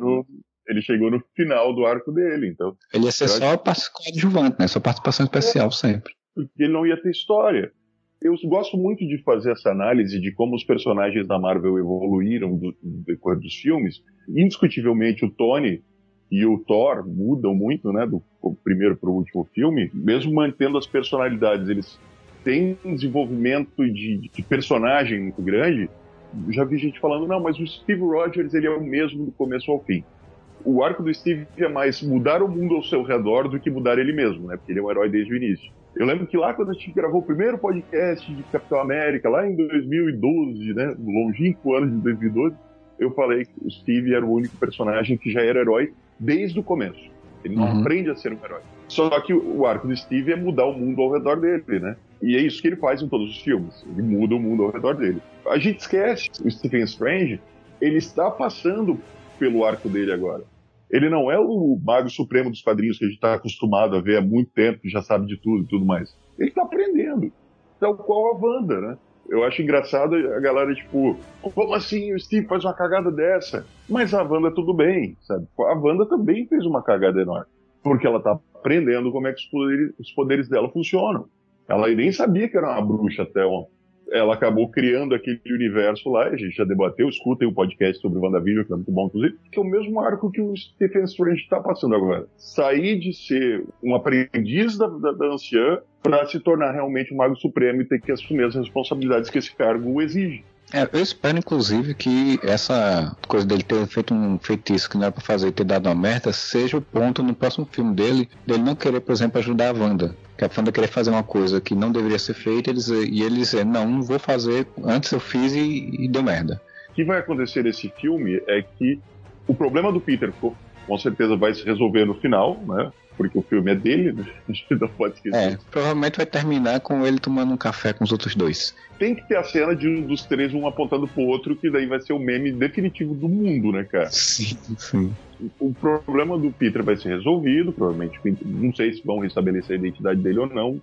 Speaker 2: Ele chegou no final do arco dele, então...
Speaker 1: Ele ia ser só coadjuvante, né? Só participação especial, sempre.
Speaker 2: Porque ele não ia ter história. Eu gosto muito de fazer essa análise de como os personagens da Marvel evoluíram no decorrer dos filmes. Indiscutivelmente, o Tony e o Thor mudam muito, né? Do primeiro para o último filme. Mesmo mantendo as personalidades, eles têm um desenvolvimento de personagem muito grande. Já vi gente falando, não, mas o Steve Rogers ele é o mesmo do começo ao fim. O arco do Steve é mais mudar o mundo ao seu redor do que mudar ele mesmo, né? Porque ele é um herói desde o início. Eu lembro que lá quando a gente gravou o primeiro podcast de Capitão América, lá em 2012, né? No longínquo ano de 2012, eu falei que o Steve era o único personagem que já era herói desde o começo. Ele não aprende a ser um herói. Só que o arco do Steve é mudar o mundo ao redor dele, né? E é isso que ele faz em todos os filmes. Ele muda o mundo ao redor dele. A gente esquece, o Stephen Strange, ele está passando pelo arco dele agora. Ele não é o Mago Supremo dos quadrinhos que a gente está acostumado a ver há muito tempo, que já sabe de tudo e tudo mais. Ele está aprendendo. Tal qual a Wanda, né? Eu acho engraçado a galera, como assim o Steve faz uma cagada dessa? Mas a Wanda tudo bem, sabe? A Wanda também fez uma cagada enorme. Porque ela está aprendendo como é que os poderes dela funcionam. Ela nem sabia que era uma bruxa até ontem. Ela acabou criando aquele universo lá, a gente já debateu, escutem o podcast sobre WandaVision, que é muito bom, inclusive, que é o mesmo arco que o Stephen Strange está passando agora. Sair de ser um aprendiz da anciã para se tornar realmente um Mago Supremo e ter que assumir as responsabilidades que esse cargo exige.
Speaker 1: Eu espero, inclusive, que essa coisa dele ter feito um feitiço que não era pra fazer e ter dado uma merda, seja o ponto no próximo filme dele não querer, por exemplo, ajudar a Wanda. Que a Wanda querer fazer uma coisa que não deveria ser feita e ele dizer, não vou fazer, antes eu fiz e deu merda.
Speaker 2: O que vai acontecer nesse filme é que o problema do Peter com certeza vai se resolver no final, né? Porque o filme é dele, né? A gente não pode esquecer.
Speaker 1: Provavelmente vai terminar com ele tomando um café com os outros dois.
Speaker 2: Tem que ter a cena dos três, um apontando pro outro, que daí vai ser o meme definitivo do mundo, né, cara?
Speaker 1: Sim, sim.
Speaker 2: O problema do Peter vai ser resolvido, provavelmente. Não sei se vão restabelecer a identidade dele ou não.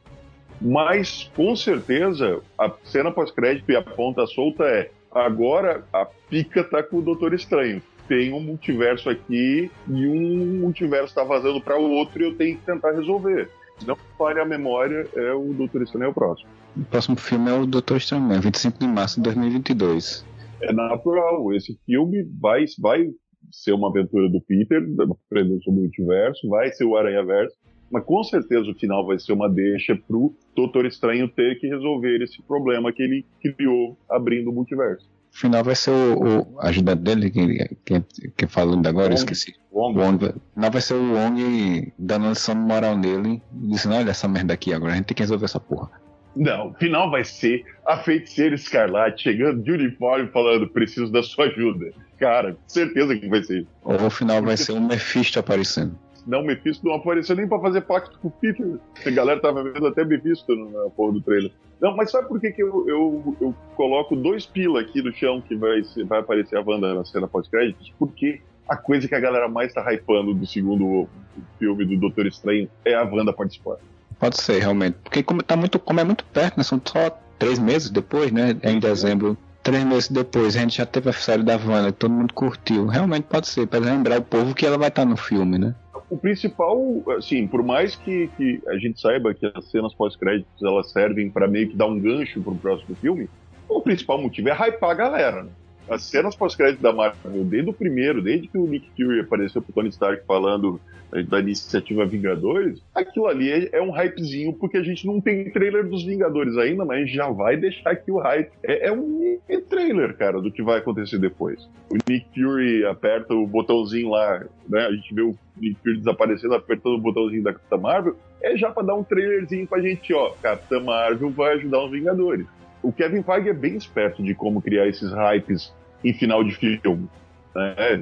Speaker 2: Mas, com certeza, a cena pós-crédito e a ponta solta agora a pica tá com o Doutor Estranho. Tem um multiverso aqui e um multiverso tá vazando para o outro e eu tenho que tentar resolver. Se não falha a memória, o Doutor Estranho é o próximo.
Speaker 1: O próximo filme é o Doutor Estranho, 25 de março de 2022.
Speaker 2: É natural, esse filme vai ser uma aventura do Peter, aprendendo sobre o multiverso, vai ser o Aranhaverso, mas com certeza o final vai ser uma deixa pro Doutor Estranho ter que resolver esse problema que ele criou abrindo o multiverso.
Speaker 1: final vai ser o ajudante dele, que falou ainda agora, eu esqueci.
Speaker 2: Wong.
Speaker 1: O final vai ser o Wong dando lição de moral nele, dizendo, olha essa merda aqui agora, a gente tem que resolver essa porra.
Speaker 2: Não, o final vai ser a feiticeira Escarlate chegando de uniforme falando, preciso da sua ajuda. Cara, certeza que vai ser.
Speaker 1: Ou o final vai ser o Mephisto aparecendo.
Speaker 2: Não, o Mephisto não apareceu nem pra fazer pacto com o Peter. A galera tava vendo até Mephisto na porra do trailer. Não, mas sabe por que eu coloco 2 pila aqui no chão que vai aparecer a Wanda na cena pós-créditos? Porque a coisa que a galera mais tá hypando do segundo filme do Doutor Estranho é a Wanda participar.
Speaker 1: Pode ser, realmente. Porque como é muito perto, né? São só 3 meses depois, né? Em dezembro. 3 meses depois, a gente já teve a série da Wanda, que todo mundo curtiu. Realmente pode ser, para lembrar o povo que ela vai estar no filme, né?
Speaker 2: O principal, assim, por mais que a gente saiba que as cenas pós-créditos elas servem para meio que dar um gancho pro próximo filme, o principal motivo é hypar a galera, né? As cenas pós-créditos da Marvel, desde o primeiro, desde que o Nick Fury apareceu pro Tony Stark falando da iniciativa Vingadores, aquilo ali é um hypezinho, porque a gente não tem trailer dos Vingadores ainda, mas a gente já vai deixar aqui o hype. É um trailer, cara, do que vai acontecer depois. O Nick Fury aperta o botãozinho lá, né? A gente vê o Nick Fury desaparecendo, apertando o botãozinho da Capitã Marvel, é já pra dar um trailerzinho pra gente, ó, Capitã Marvel vai ajudar os Vingadores. O Kevin Feige é bem esperto de como criar esses hypes em final de filme, né?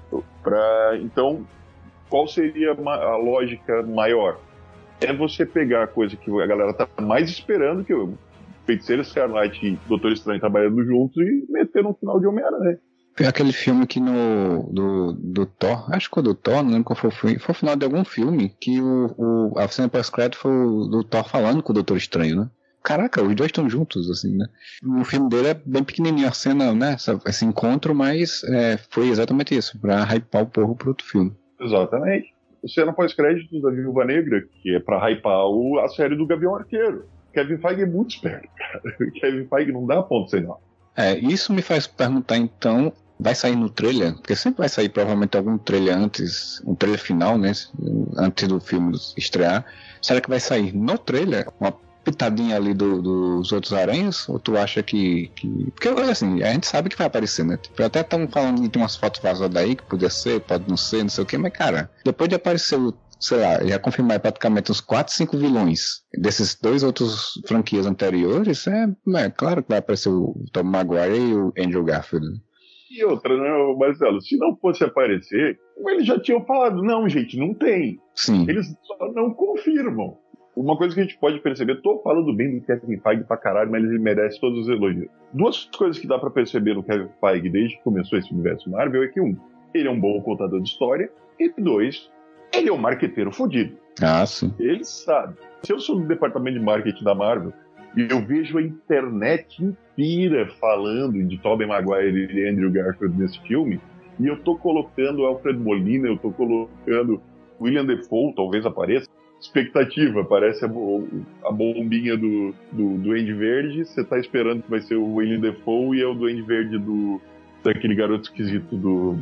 Speaker 2: Então, qual seria a lógica maior? É você pegar a coisa que a galera tá mais esperando, que o Feiticeiro Escarlate e Doutor Estranho trabalhando juntos, e meter no final de Homem-Aranha.
Speaker 1: Foi aquele filme que do Thor, acho que foi do Thor, não lembro qual foi o final de algum filme, que a cena pós-crédito foi do Thor falando com o Doutor Estranho, né? Caraca, os dois estão juntos, assim, né? O filme dele é bem pequenininho, a cena, né? Esse encontro, mas foi exatamente isso, pra hypar o povo pro outro filme.
Speaker 2: Exatamente. A cena pós-crédito da Viúva Negra, que é pra hypar a série do Gavião Arqueiro. Kevin Feige é muito esperto, cara. Kevin Feige não dá ponto sem nó.
Speaker 1: Isso me faz perguntar, então, vai sair no trailer? Porque sempre vai sair provavelmente algum trailer antes, um trailer final, né? Antes do filme estrear. Será que vai sair no trailer uma pitadinha ali dos outros aranhas? Ou tu acha que... Porque, assim, a gente sabe que vai aparecer, né? Tipo, até estão falando de umas fotos vazadas aí, que podia ser, pode não ser, não sei o que, mas, cara, depois de aparecer sei lá, já confirmar praticamente uns 4, 5 vilões desses 2 outros franquias anteriores, claro que vai aparecer o Tom Maguire e o Andrew Garfield.
Speaker 2: E outra, né, Marcelo, se não fosse aparecer, eles já tinham falado, não, gente, não tem.
Speaker 1: Sim.
Speaker 2: Eles só não confirmam. Uma coisa que a gente pode perceber, tô falando bem do Kevin Feige pra caralho, mas ele merece todos os elogios. 2 coisas que dá pra perceber no Kevin Feige desde que começou esse universo Marvel é que, 1, ele é um bom contador de história, e 2, ele é um marqueteiro fodido.
Speaker 1: Ah, sim.
Speaker 2: Ele sabe. Se eu sou do departamento de marketing da Marvel e eu vejo a internet inteira falando de Tobey Maguire e Andrew Garfield nesse filme, e eu tô colocando Alfred Molina, eu tô colocando William Dafoe, talvez apareça, expectativa, parece a bombinha do Duende Verde, você tá esperando que vai ser o William Dafoe e é o Duende Verde daquele garoto esquisito do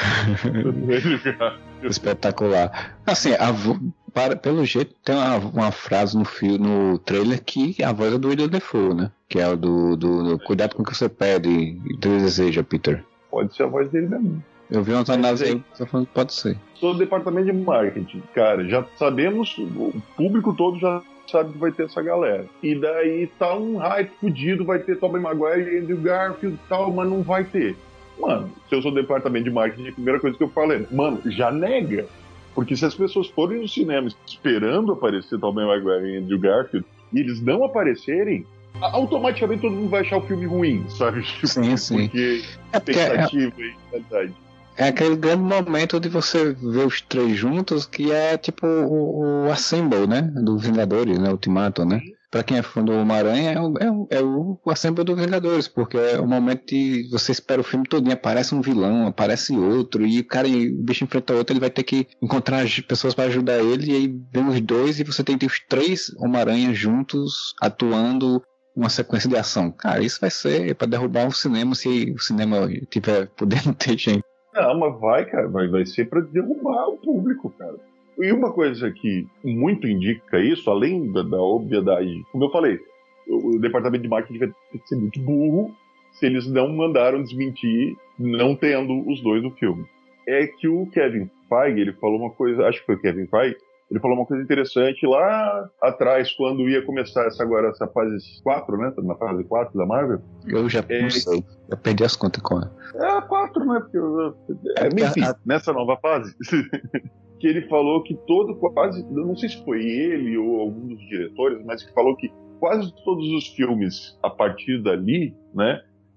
Speaker 1: Espetacular. Assim, pelo jeito tem uma frase no trailer que a voz é do William Dafoe, né? Que é o do cuidado com o que você pede e deseja, Peter.
Speaker 2: Pode ser a voz dele mesmo.
Speaker 1: Eu vi umas análises aí que falando que pode ser.
Speaker 2: Sou do departamento de marketing. Cara, já sabemos, o público todo já sabe que vai ter essa galera. E daí tá um hype fudido, vai ter Tobey Maguire e Andrew Garfield e tal, mas não vai ter. Mano, se eu sou do departamento de marketing, a primeira coisa que eu falo é, mano, já nega. Porque se as pessoas forem no cinema esperando aparecer Tobey Maguire e Andrew Garfield, e eles não aparecerem, automaticamente todo mundo vai achar o filme ruim, sabe?
Speaker 1: Sim, sim.
Speaker 2: Porque expectativa e realidade.
Speaker 1: É aquele grande momento de você ver os 3 juntos, que é tipo o Assemble, né? Do Vingadores, né? Ultimato, né? Pra quem é fã do Homem-Aranha, é o Assemble dos Vingadores, porque é o momento que você espera o filme todinho, aparece um vilão, aparece outro, e o bicho enfrenta outro, ele vai ter que encontrar as pessoas para ajudar ele, e aí vem os 2, e você tem os 3 Homem-Aranha juntos, atuando uma sequência de ação. Cara, isso vai ser pra derrubar o cinema, se o cinema tiver podendo ter gente.
Speaker 2: Não, mas vai, cara, vai ser pra derrubar o público, cara. E uma coisa que muito indica isso, além da obviedade, como eu falei, o departamento de marketing vai ter que ser muito burro se eles não mandaram desmentir não tendo os dois no filme. É que o Kevin Feige, ele falou uma coisa, acho que foi o Kevin Feige, ele falou uma coisa interessante lá atrás, quando ia começar essa fase 4, né? Na fase 4 da Marvel.
Speaker 1: Eu já não sei. Eu perdi as contas com ela.
Speaker 2: É a 4, né? Enfim, nessa nova fase. Que ele falou que quase, eu não sei se foi ele ou algum dos diretores, mas que falou que quase todos os filmes a partir dali, né?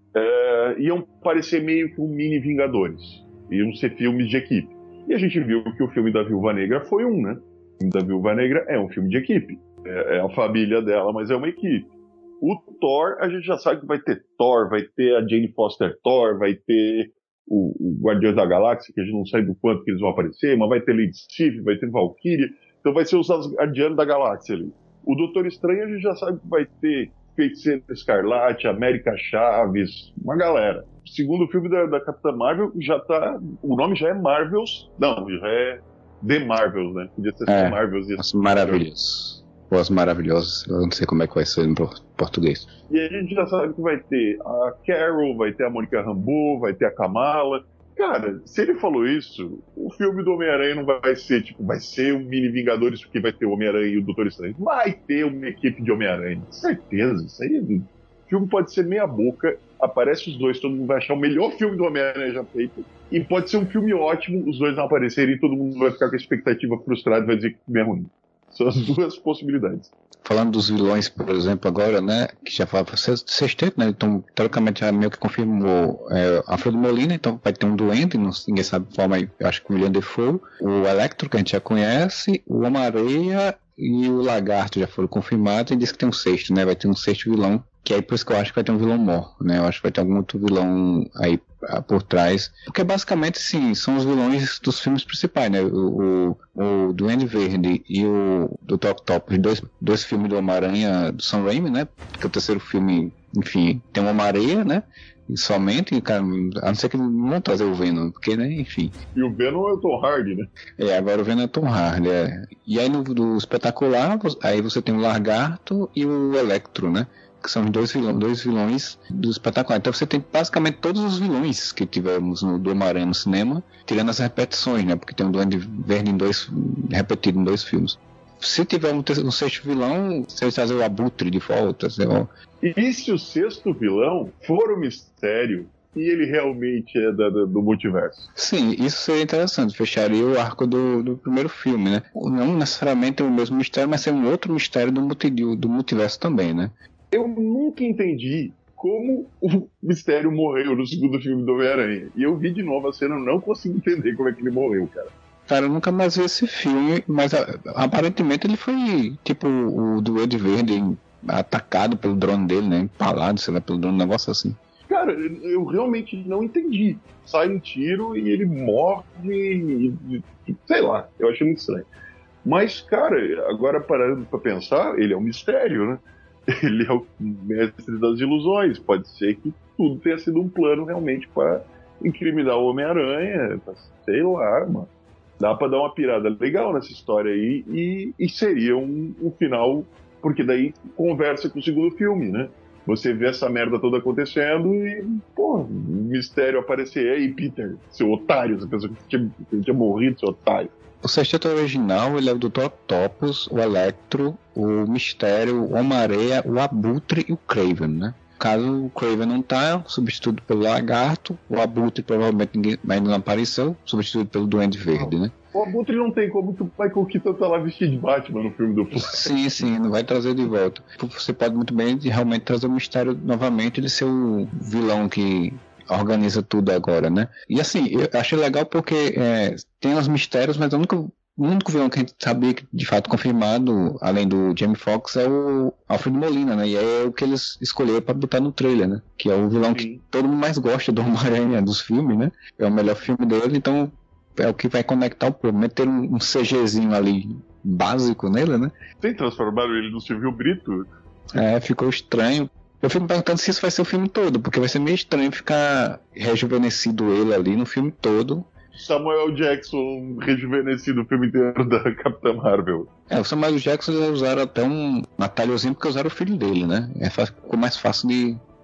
Speaker 2: Iam parecer meio que um mini Vingadores. Iam ser filmes de equipe. E a gente viu que o filme da Viúva Negra foi né? O filme da Viúva Negra é um filme de equipe. É a família dela, mas é uma equipe. O Thor, a gente já sabe que vai ter Thor, vai ter a Jane Foster Thor, vai ter o Guardiões da Galáxia, que a gente não sabe do quanto que eles vão aparecer, mas vai ter Lady Sif, vai ter Valkyria, então vai ser os Guardiões da Galáxia ali. O Doutor Estranho, a gente já sabe que vai ter Feiticeira Escarlate, América Chaves, uma galera. O segundo filme da Capitã Marvel o nome já é Marvels, não, já é The Marvels, né? Podia ser só Marvels.
Speaker 1: As Maravilhas. Ou As Maravilhosas, eu não sei como é que vai ser em português.
Speaker 2: E a gente já sabe que vai ter a Carol, vai ter a Mônica Rambeau, vai ter a Kamala. Cara, se ele falou isso, o filme do Homem-Aranha não vai ser, vai ser um mini Vingadores, porque vai ter o Homem-Aranha e o Doutor Estranho. Vai ter uma equipe de Homem-Aranha, certeza. Isso aí, o filme pode ser meia boca, aparece os dois, todo mundo vai achar o melhor filme do Homem-Aranha já feito. E pode ser um filme ótimo, os dois não aparecerem e todo mundo vai ficar com a expectativa frustrada e vai dizer que o filme é ruim. São as duas possibilidades.
Speaker 1: Falando dos vilões, por exemplo, agora, né, que já fala para sexteto, né, então, teoricamente, já meio que confirmou Alfredo Molina, então vai ter um Duende, ninguém sabe a forma, eu acho que o William Dafoe, o Electro, que a gente já conhece, o Homem-Aranha e o Lagarto já foram confirmados, e diz que tem um sexto, né, vai ter um sexto vilão, que é por isso que eu acho que vai ter um vilão mor, né, eu acho que vai ter algum outro vilão aí por trás, porque basicamente, sim, são os vilões dos filmes principais, né, o Duende Verde e o Dr. Octopus, dois filmes do Homem-Aranha do Sam Raimi, né, porque o terceiro filme, enfim, tem uma Homem-Aranha, né, e somente, cara, a não ser que não vão trazer o Venom, porque, né, enfim.
Speaker 2: E o Venom é o Tom Hardy, né?
Speaker 1: Agora o Venom é Tom Hardy, E aí do Espetacular, aí você tem o Lagarto e o Electro, né, que são dois vilões do Espetacular. Então você tem basicamente todos os vilões que tivemos do Homem-Aranha no cinema, tirando as repetições, né? Porque tem um Duende Verde repetido em 2 filmes. Se tiver um sexto vilão, você vai trazer o Abutre de volta.
Speaker 2: E se o sexto vilão for o Mistério e ele realmente é do multiverso?
Speaker 1: Sim, isso seria interessante. Fecharia o arco do primeiro filme, né? Não necessariamente o mesmo mistério, mas ser um outro mistério do multiverso também, né?
Speaker 2: Eu nunca entendi como o Mistério morreu no segundo filme do Homem-Aranha. E eu vi de novo a cena, eu não consigo entender como é que ele morreu, cara.
Speaker 1: Cara, eu nunca mais vi esse filme, mas aparentemente ele foi, tipo, o Duende Verde atacado pelo drone dele, né? Empalado, sei lá, pelo drone, um negócio assim.
Speaker 2: Cara, eu realmente não entendi. Sai um tiro e ele morre, sei lá, eu achei muito estranho. Mas, cara, agora parando pra pensar, ele é um mistério, né? Ele é o mestre das ilusões. Pode ser que tudo tenha sido um plano realmente para incriminar o Homem-Aranha. Sei lá, mano. Dá pra dar uma pirada legal nessa história aí e seria um final, porque daí conversa com o segundo filme, né? Você vê essa merda toda acontecendo e, pô, o mistério aparecer. Ei, Peter, seu otário, você pensou que tinha morrido, seu otário.
Speaker 1: O sexteto original, ele é o Dr. Octopus, o Electro, o Mistério, o Homem-Aranha, o Abutre e o Kraven, né? Caso o Kraven não tá, substituído pelo Lagarto, o Abutre provavelmente ainda não apareceu, substituído pelo Duende Verde, né?
Speaker 2: O Abutre não tem como que o Michael Keaton tá lá vestido de Batman no filme do
Speaker 1: Flash. Sim, não vai trazer de volta. Você pode muito bem realmente trazer o Mistério novamente de ser o vilão que organiza tudo agora, né? E assim, eu achei legal porque tem os mistérios, mas o único vilão que a gente sabia que de fato confirmado, além do Jamie Foxx, é o Alfred Molina, né? E é o que eles escolheram para botar no trailer, né? Que é o vilão que todo mundo mais gosta do Homem-Aranha dos filmes, né? É o melhor filme dele, então é o que vai conectar o povo. Meter um CGzinho ali básico nele, né?
Speaker 2: Tem transformado ele no Silvio Brito?
Speaker 1: Ficou estranho. Eu fico me perguntando se isso vai ser o filme todo, porque vai ser meio estranho ficar rejuvenescido ele ali no filme todo.
Speaker 2: Samuel Jackson rejuvenescido o filme inteiro da Capitã Marvel.
Speaker 1: O Samuel Jackson usaram até um atalhozinho porque usaram o filho dele, né? Ficou mais fácil de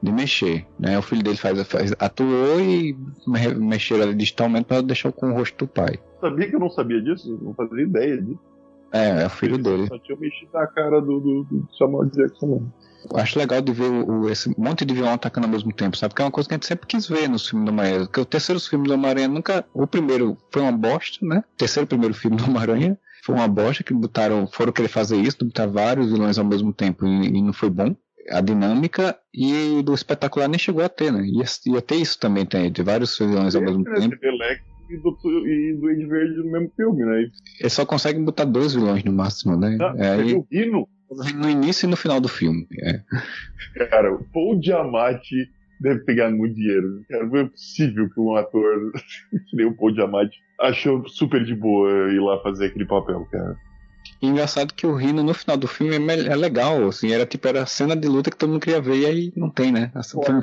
Speaker 1: de mexer, né? O filho dele atuou e mexeram ali digitalmente para deixar com o rosto do pai.
Speaker 2: Sabia que eu não sabia disso? Não fazia ideia disso.
Speaker 1: É o filho dele.
Speaker 2: Só tinha mexido na cara do Samuel Jackson mesmo.
Speaker 1: Eu acho legal de ver esse monte de vilão atacando ao mesmo tempo, sabe? Porque é uma coisa que a gente sempre quis ver nos filmes do Homem-Aranha. Porque o terceiro filme do Homem-Aranha nunca... O primeiro foi uma bosta, né? O primeiro filme do Homem-Aranha foi uma bosta, que foram querer fazer isso, botar vários vilões ao mesmo tempo e não foi bom. A dinâmica e do espetacular nem chegou a ter, né? Ia ter isso também, de vários vilões ao mesmo tempo.
Speaker 2: E do Ed Verde no mesmo filme, né?
Speaker 1: Eles só conseguem botar 2 vilões no máximo, né?
Speaker 2: O Rhino?
Speaker 1: No início e no final do filme.
Speaker 2: Cara, o Paul Giamatti deve pegar muito dinheiro. Cara, não é possível que um ator que nem o Paul Giamatti achou super de boa ir lá fazer aquele papel, cara.
Speaker 1: E engraçado que o Rhino no final do filme é legal, assim, era a cena de luta que todo mundo queria ver e aí não tem, né? O filme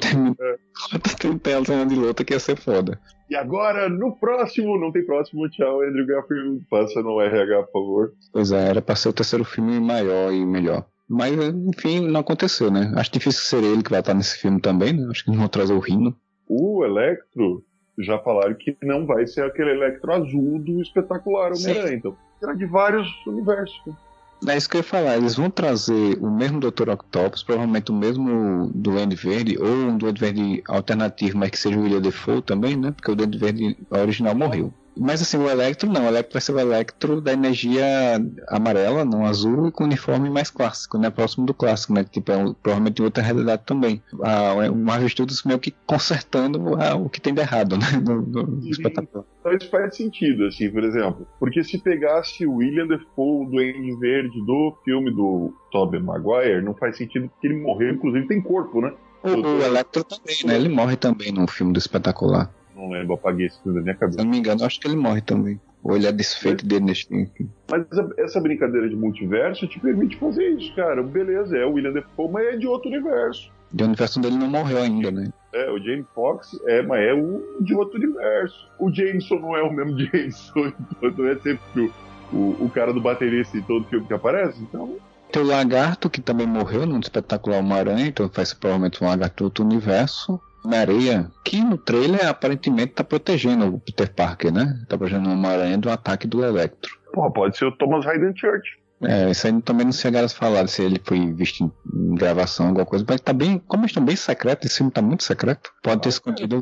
Speaker 1: tem a cena de luta que ia ser foda.
Speaker 2: E agora, no próximo, não tem próximo, tchau, Andrew Garfield, passa no RH, por favor.
Speaker 1: Pois é, era pra ser o terceiro filme maior e melhor. Mas, enfim, não aconteceu, né? Acho difícil ser ele que vai estar nesse filme também, né? Acho que eles vão trazer o Rhino.
Speaker 2: O Electro, já falaram que não vai ser aquele Electro azul do espetacular Homem-Aranha, então será de vários universos.
Speaker 1: É isso que eu ia falar, eles vão trazer o mesmo Dr. Octopus, provavelmente o mesmo Duende Verde, ou um Duende Verde alternativo, mas que seja o William Dafoe também, né? Porque o Duende Verde original morreu. Mas assim, o Electro não, o Electro vai ser o Electro da energia amarela, não azul, e com uniforme mais clássico, né? Próximo do clássico, né? Tipo, provavelmente outra realidade também. O Marvel Studios meio que consertando o que tem de errado, né? No espetáculo.
Speaker 2: Então isso faz sentido, assim, por exemplo. Porque se pegasse o William Dafoe, o Duende Verde do filme do Tobey Maguire, não faz sentido porque ele morreu, inclusive tem corpo, né?
Speaker 1: O Electro também, né? Ele morre também no filme do espetacular.
Speaker 2: Não lembro, apaguei isso da minha cabeça.
Speaker 1: Se não me engano, acho que ele morre também. Ou ele é desfeito dele neste filme.
Speaker 2: Mas essa brincadeira de multiverso te permite fazer isso, cara. Beleza, é o William Dafoe, mas é de outro universo.
Speaker 1: O universo dele não morreu ainda, né?
Speaker 2: O Jamie Foxx mas é de outro universo. O Jameson não é o mesmo Jameson, então é sempre o cara do baterista em todo filme que aparece, então...
Speaker 1: Tem o Lagarto, que também morreu no espetacular Homem-Aranha, então vai ser provavelmente um lagarto de outro universo. Homem-Aranha, que no trailer aparentemente tá protegendo o Peter Parker, né? Tá protegendo o Homem-Aranha do ataque do Electro.
Speaker 2: Pô, pode ser o Thomas Hayden Church.
Speaker 1: Isso aí também não chegaram a falar se ele foi visto em gravação, alguma coisa, mas tá bem, como eles estão bem secretos, esse filme tá muito secreto, pode ter escondido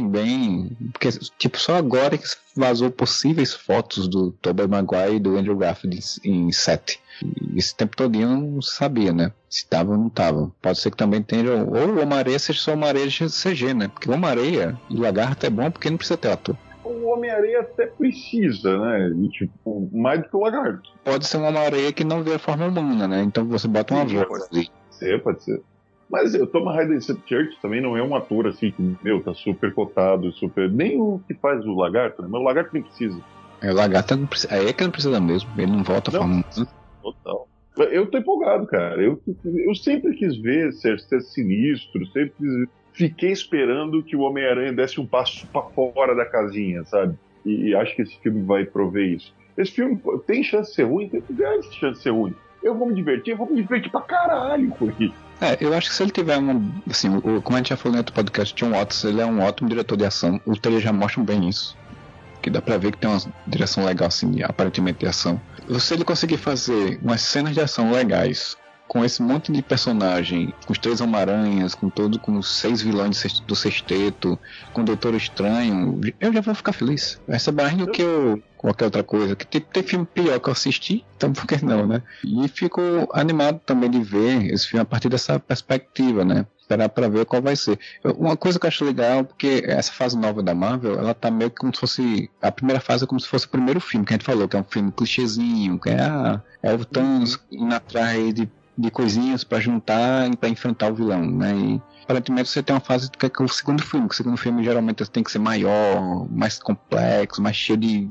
Speaker 1: bem, porque tipo, só agora que vazou possíveis fotos do Tobey Maguire e do Andrew Garfield em set. Esse tempo todinho não sabia, né? Se tava ou não tava. Pode ser que também tenha, ou o Homem-Aranha seja só o Homem-Aranha de CG, né? Porque o Homem-Aranha e o Lagarto é bom porque não precisa ter ator.
Speaker 2: O Homem-Aranha até precisa, né? E, tipo, mais do que o Lagarto.
Speaker 1: Pode ser uma Homem-Aranha que não vê a forma humana, né? Então você bota uma voz ali.
Speaker 2: Pode ser. Mas o Thomas Hayden Church também não é um ator assim que, tá super cotado, super... Nem o que faz o Lagarto, né? Mas o Lagarto nem precisa.
Speaker 1: O Lagarto não precisa. Aí é que não precisa mesmo. Ele não volta a forma humana.
Speaker 2: Total. Eu tô empolgado, cara. Eu sempre quis ver ser sinistro, fiquei esperando que o Homem-Aranha desse um passo pra fora da casinha, sabe? E acho que esse filme vai prover isso. Esse filme tem chance de ser ruim? Tem grande chance de ser ruim. Eu vou me divertir pra caralho com isso.
Speaker 1: Eu acho que se ele tiver assim, como a gente já falou no outro podcast, John Watts, ele é um ótimo diretor de ação. O trailer já mostra bem isso. Que dá pra ver que tem uma direção legal, assim, aparentemente de ação. Se ele conseguir fazer umas cenas de ação legais, com esse monte de personagem, com os 3 Homem-Aranhas, com os 6 vilões do sexteto, com o Doutor Estranho, eu já vou ficar feliz. Vai ser mais do que qualquer outra coisa. Que tem filme pior que eu assisti, então por que não, né? E fico animado também de ver esse filme a partir dessa perspectiva, né? Esperar pra ver qual vai ser. Uma coisa que eu acho legal, porque essa fase nova da Marvel, ela tá meio que como se fosse... A primeira fase é como se fosse o primeiro filme que a gente falou, que é um filme clichêzinho, que é o Thanos indo atrás de coisinhas pra juntar e pra enfrentar o vilão, né? E aparentemente você tem uma fase que é o segundo filme, que o segundo filme geralmente tem que ser maior, mais complexo, mais cheio de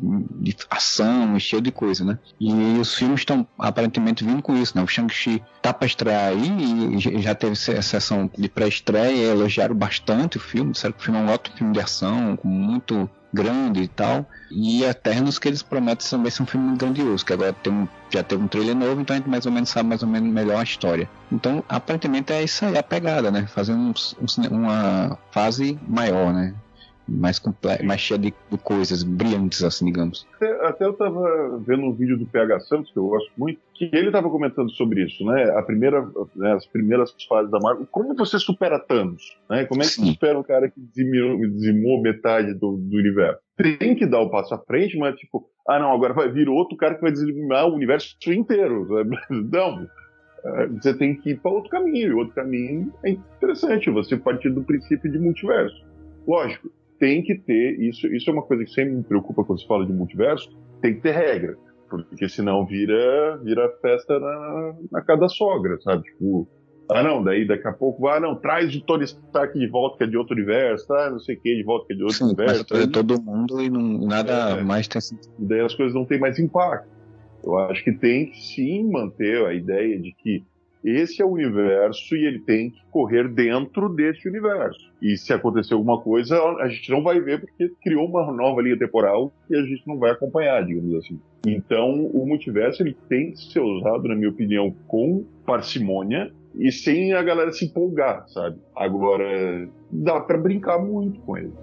Speaker 1: ação, cheio de coisa, né? E os filmes estão aparentemente vindo com isso, né? O Shang-Chi tá pra estrear aí, e já teve a sessão de pré-estreia, elogiaram bastante o filme, disseram que o filme é um ótimo filme de ação, muito grande e tal, e Eternos, que eles prometem também ser um filme grandioso, que agora já teve um trailer novo, então a gente mais ou menos sabe mais ou menos melhor a história. Então, aparentemente é isso aí, a pegada, né? Fazendo uma fase maior, né? Mais cheia de coisas brilhantes, assim, digamos.
Speaker 2: Até eu tava vendo um vídeo do PH Santos, que eu gosto muito, que ele tava comentando sobre isso, né? As primeiras fases da Marvel. Como você supera Thanos? Né? Como é que você supera um cara que dizimou metade do universo? Tem que dar o passo à frente, mas tipo, não, agora vai vir outro cara que vai dizimar o universo inteiro. Não. Você tem que ir para outro caminho. E outro caminho é interessante, você partir do princípio de multiverso. Lógico, tem que ter, isso é uma coisa que sempre me preocupa quando se fala de multiverso, tem que ter regra, porque senão vira festa na casa da sogra, sabe? Tipo, daí daqui a pouco, traz o Tony Stark de volta que é de outro universo, não sei o que, de volta que é de outro universo.
Speaker 1: Mas todo mundo e nada mais tem sentido.
Speaker 2: Daí as coisas não têm mais impacto. Eu acho que tem que sim manter a ideia de que esse é o universo e ele tem que correr dentro desse universo. E se acontecer alguma coisa, a gente não vai ver porque criou uma nova linha temporal e a gente não vai acompanhar, digamos assim. Então, o multiverso ele tem que ser usado, na minha opinião, com parcimônia e sem a galera se empolgar, sabe? Agora, dá pra brincar muito com ele.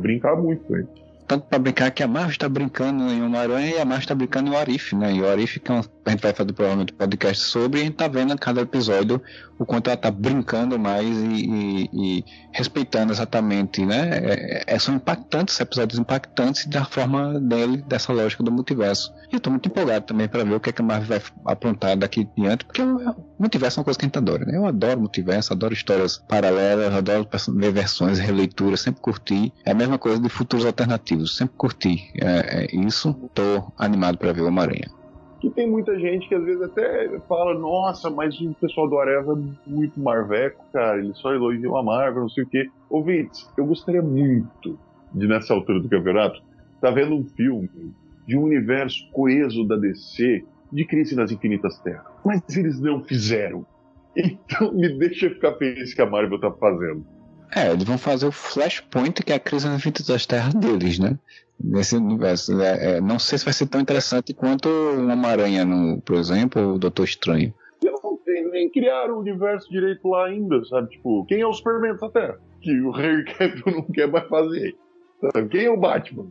Speaker 1: Tanto pra brincar que a Marvel está brincando em Homem-Aranha e a Marvel está brincando em What-If, né? E o What-If, que a gente vai fazer provavelmente um podcast sobre, e a gente tá vendo a cada episódio o quanto ela tá brincando mais e respeitando exatamente, né? São impactantes, episódios impactantes da forma dessa lógica do multiverso. E eu tô muito empolgado também para ver o que a Marvel vai aprontar daqui em diante, porque o multiverso é uma coisa que a gente adora, né? Eu adoro multiverso, adoro histórias paralelas, adoro ver versões, releituras, sempre curti. É a mesma coisa de futuros alternativos. Sempre curti isso, tô animado para ver o Homem-Aranha.
Speaker 2: Que tem muita gente que às vezes até fala, nossa, mas o pessoal do Areva é muito marveco, cara, eles só elogiam a Marvel, não sei o quê. Ouvintes, eu gostaria muito de, nessa altura do campeonato, tá vendo um filme de um universo coeso da DC, de Crise nas Infinitas Terras. Mas eles não fizeram. Então me deixa ficar feliz que a Marvel tá fazendo.
Speaker 1: Eles vão fazer o Flashpoint, que é a Crise nas Infinitas Terras deles, né? Nesse universo. Não sei se vai ser tão interessante quanto o Homem-Aranha, por exemplo, ou o Doutor Estranho.
Speaker 2: Eu não tenho nem criar o universo direito lá ainda, sabe? Tipo, quem é o Superman dessa Terra? Que o Henry Cavill não quer mais fazer. Sabe? Quem é o Batman?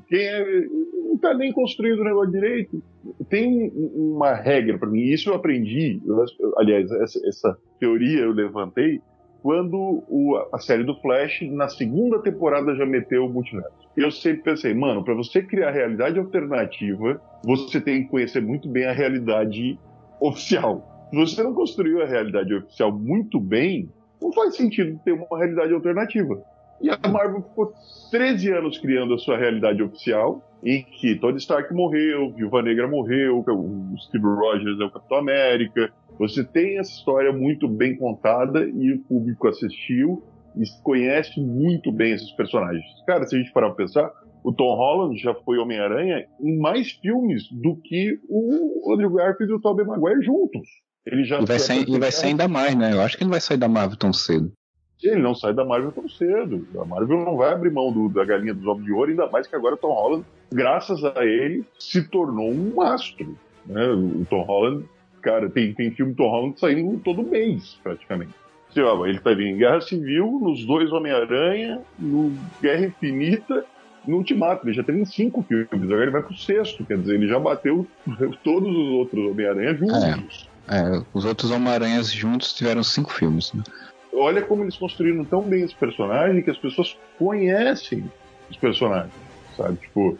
Speaker 2: Não tá nem construindo o negócio direito. Tem uma regra pra mim, isso eu aprendi, aliás, essa teoria eu levantei quando a série do Flash, na segunda temporada, já meteu o multiverso. Eu sempre pensei, mano, pra você criar realidade alternativa, você tem que conhecer muito bem a realidade oficial. Se você não construiu a realidade oficial muito bem, não faz sentido ter uma realidade alternativa. E a Marvel ficou 13 anos criando a sua realidade oficial, em que Tony Stark morreu, Viúva Negra morreu, o Steve Rogers é o Capitão América. Você tem essa história muito bem contada e o público assistiu e conhece muito bem esses personagens. Cara, se a gente parar pra pensar, o Tom Holland já foi Homem-Aranha em mais filmes do que o Andrew Garfield e o Tobey Maguire juntos. Ele
Speaker 1: vai sair ainda mais, né? Eu acho que ele não vai sair da Marvel tão cedo.
Speaker 2: Ele não sai da Marvel tão cedo. A Marvel não vai abrir mão da galinha dos ovos de ouro, ainda mais que agora o Tom Holland, graças a ele, se tornou um mastro. Né? O Tom Holland, cara, tem filme do Tom Holland saindo todo mês, praticamente. Ele tá em Guerra Civil, nos 2 Homem-Aranha, no Guerra Infinita, no Ultimato. Ele já teve 5 filmes, agora ele vai pro 6º, quer dizer, ele já bateu todos os outros Homem-Aranha juntos.
Speaker 1: Os outros Homem-Aranhas juntos tiveram 5 filmes, né?
Speaker 2: Olha como eles construíram tão bem esse personagem que as pessoas conhecem os personagens, sabe? Tipo,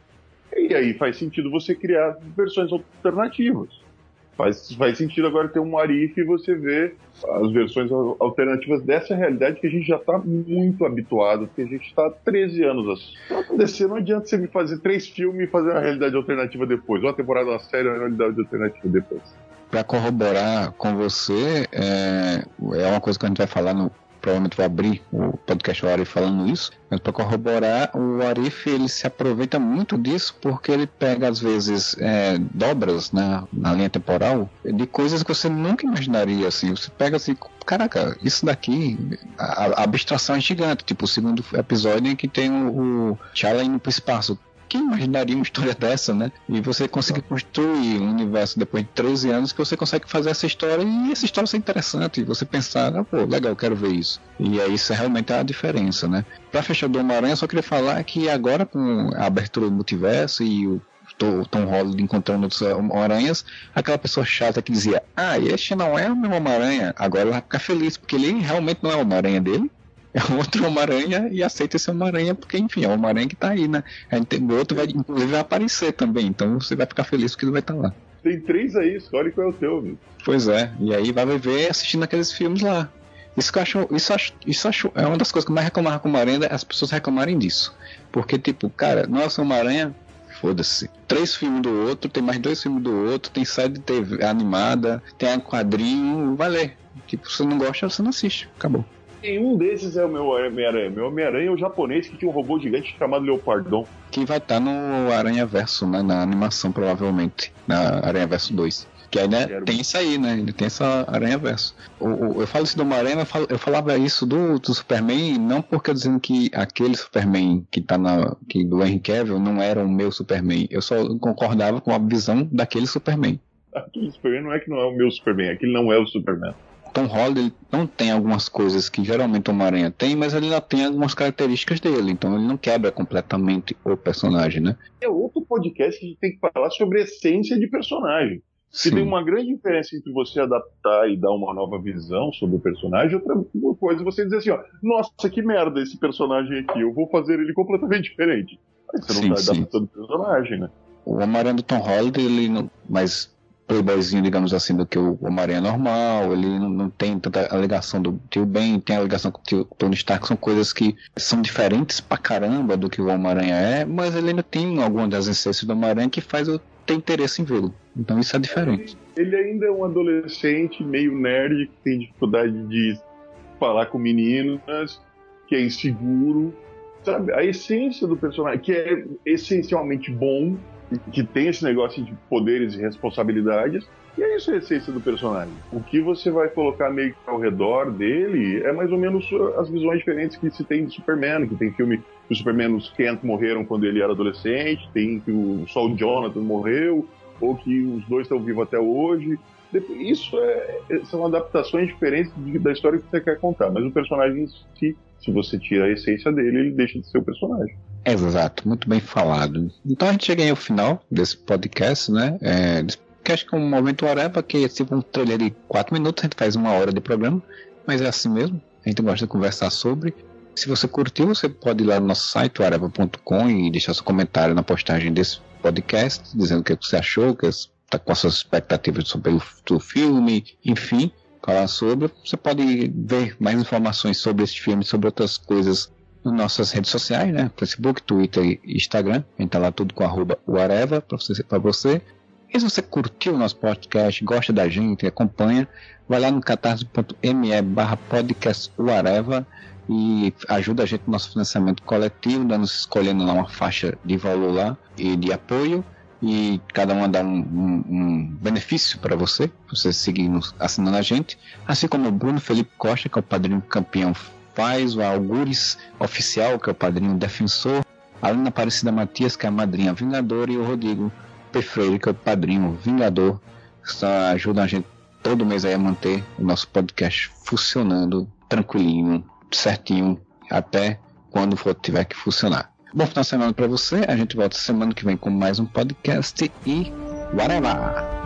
Speaker 2: e aí faz sentido você criar versões alternativas. Faz sentido agora ter um Arif e você ver as versões alternativas dessa realidade que a gente já está muito habituado, porque a gente está há 13 anos assim. Não adianta você me fazer 3 filmes e fazer uma realidade alternativa depois, uma temporada, uma série, uma realidade alternativa depois.
Speaker 1: Para corroborar com você, é uma coisa que a gente vai falar provavelmente vou abrir o podcast do Arif falando isso, mas para corroborar, o Arif ele se aproveita muito disso porque ele pega às vezes dobras na linha temporal de coisas que você nunca imaginaria, assim, você pega assim, caraca, isso daqui, a abstração é gigante, tipo o segundo episódio em que tem o T'Challa indo pro espaço. Quem imaginaria uma história dessa, né? E você conseguir construir um universo depois de 13 anos que você consegue fazer essa história e essa história ser interessante. E você pensar, pô, legal, quero ver isso. E aí isso é realmente a diferença, né? Pra fechar do Homem-Aranha, eu só queria falar que agora com a abertura do multiverso e o Tom Holland encontrando outros Homem-Aranhas, aquela pessoa chata que dizia, este não é o meu Homem-Aranha, agora ela vai ficar feliz, porque ele realmente não é o Homem-Aranha dele, é outro Homem-Aranha e aceita esse Homem-Aranha, porque enfim, é o Homem-Aranha que tá aí, né? O outro vai, inclusive, vai aparecer também, então você vai ficar feliz porque ele vai estar lá.
Speaker 2: Tem 3 aí, escolhe qual é o teu, viu?
Speaker 1: Pois é, e aí vai viver assistindo aqueles filmes lá. Isso que eu acho é uma das coisas que eu mais reclamava com o Homem-Aranha, as pessoas reclamarem disso. Porque, tipo, cara, nossa, Homem-Aranha, foda-se. 3 filmes do outro, tem mais 2 filmes do outro, tem série de TV animada, tem quadrinho, vai ler. Tipo, se você não gosta, você não assiste. Acabou.
Speaker 2: Nenhum desses é o meu Homem-Aranha. Meu Homem-Aranha é o japonês que tinha um robô gigante chamado Leopardon.
Speaker 1: Que vai estar no Aranha Verso, né? Na animação, provavelmente. Na Aranha Verso 2. Que ainda tem isso aí, né? Ainda tem essa Aranha Verso. Eu falo isso do Homem-Aranha, eu falava isso do Superman, não porque eu dizendo que aquele Superman que tá do Henry Cavill não era o meu Superman. Eu só concordava com a visão daquele Superman.
Speaker 2: Aquele Superman não é que não é o meu Superman, aquele não é o Superman.
Speaker 1: Tom Holland, ele não tem algumas coisas que geralmente o Homem-Aranha tem, mas ele ainda tem algumas características dele, então ele não quebra completamente o personagem, né?
Speaker 2: É outro podcast que a gente tem que falar sobre a essência de personagem. Se tem uma grande diferença entre você adaptar e dar uma nova visão sobre o personagem, outra coisa é você dizer assim, nossa, que merda esse personagem aqui, eu vou fazer ele completamente diferente. Aí você não está adaptando o personagem, né?
Speaker 1: O Homem-Aranha do Tom Holland, ele não, mais playboyzinho, digamos assim, do que o Homem-Aranha normal, ele não tem tanta alegação do Tio Ben, tem a alegação com o Tio Tony Stark, são coisas que são diferentes pra caramba do que o Homem-Aranha é, mas ele ainda tem alguma das essências do Homem-Aranha que faz eu ter interesse em vê-lo. Então isso é diferente.
Speaker 2: Ele ainda é um adolescente meio nerd que tem dificuldade de falar com meninas, que é inseguro, sabe? A essência do personagem, que é essencialmente bom, que tem esse negócio de poderes e responsabilidades, e é isso a essência do personagem. O que você vai colocar meio que ao redor dele é mais ou menos as visões diferentes que se tem de Superman, que tem filme que o Superman e os Kent morreram quando ele era adolescente, tem que só o Jonathan morreu, ou que os dois estão vivos até hoje. Isso são adaptações diferentes da história que você quer contar, mas o personagem em si, se você tira a essência dele, ele deixa de ser o personagem.
Speaker 1: Exato, muito bem falado. Então a gente chega aí ao final desse podcast, né? Que acho que é um momento Areva, que é tipo um trailer de 4 minutos, a gente faz 1 hora de programa, mas é assim mesmo, a gente gosta de conversar sobre. Se você curtiu, você pode ir lá no nosso site, areva.com, e deixar seu comentário na postagem desse podcast, dizendo o que você achou, que está com as suas expectativas sobre o filme, enfim, falar sobre. Você pode ver mais informações sobre este filme, sobre outras coisas nas nossas redes sociais, né? Facebook, Twitter e Instagram. A gente tá lá tudo com @areva para você. E se você curtiu o nosso podcast, gosta da gente, acompanha, vai lá no catarse.me/podcastuareva e ajuda a gente no nosso financiamento coletivo, escolhendo lá uma faixa de valor lá e de apoio, e cada uma dá um benefício para você seguir assinando a gente, assim como o Bruno Felipe Costa, que é o padrinho campeão, faz, o Algures Oficial, que é o padrinho defensor, a Lina Aparecida Matias, que é a madrinha vingadora, e o Rodrigo P. Freire, que é o padrinho vingador, que ajuda a gente todo mês aí a manter o nosso podcast funcionando tranquilinho, certinho, até quando tiver que funcionar. Bom final de semana para você, a gente volta semana que vem com mais um podcast e whatever!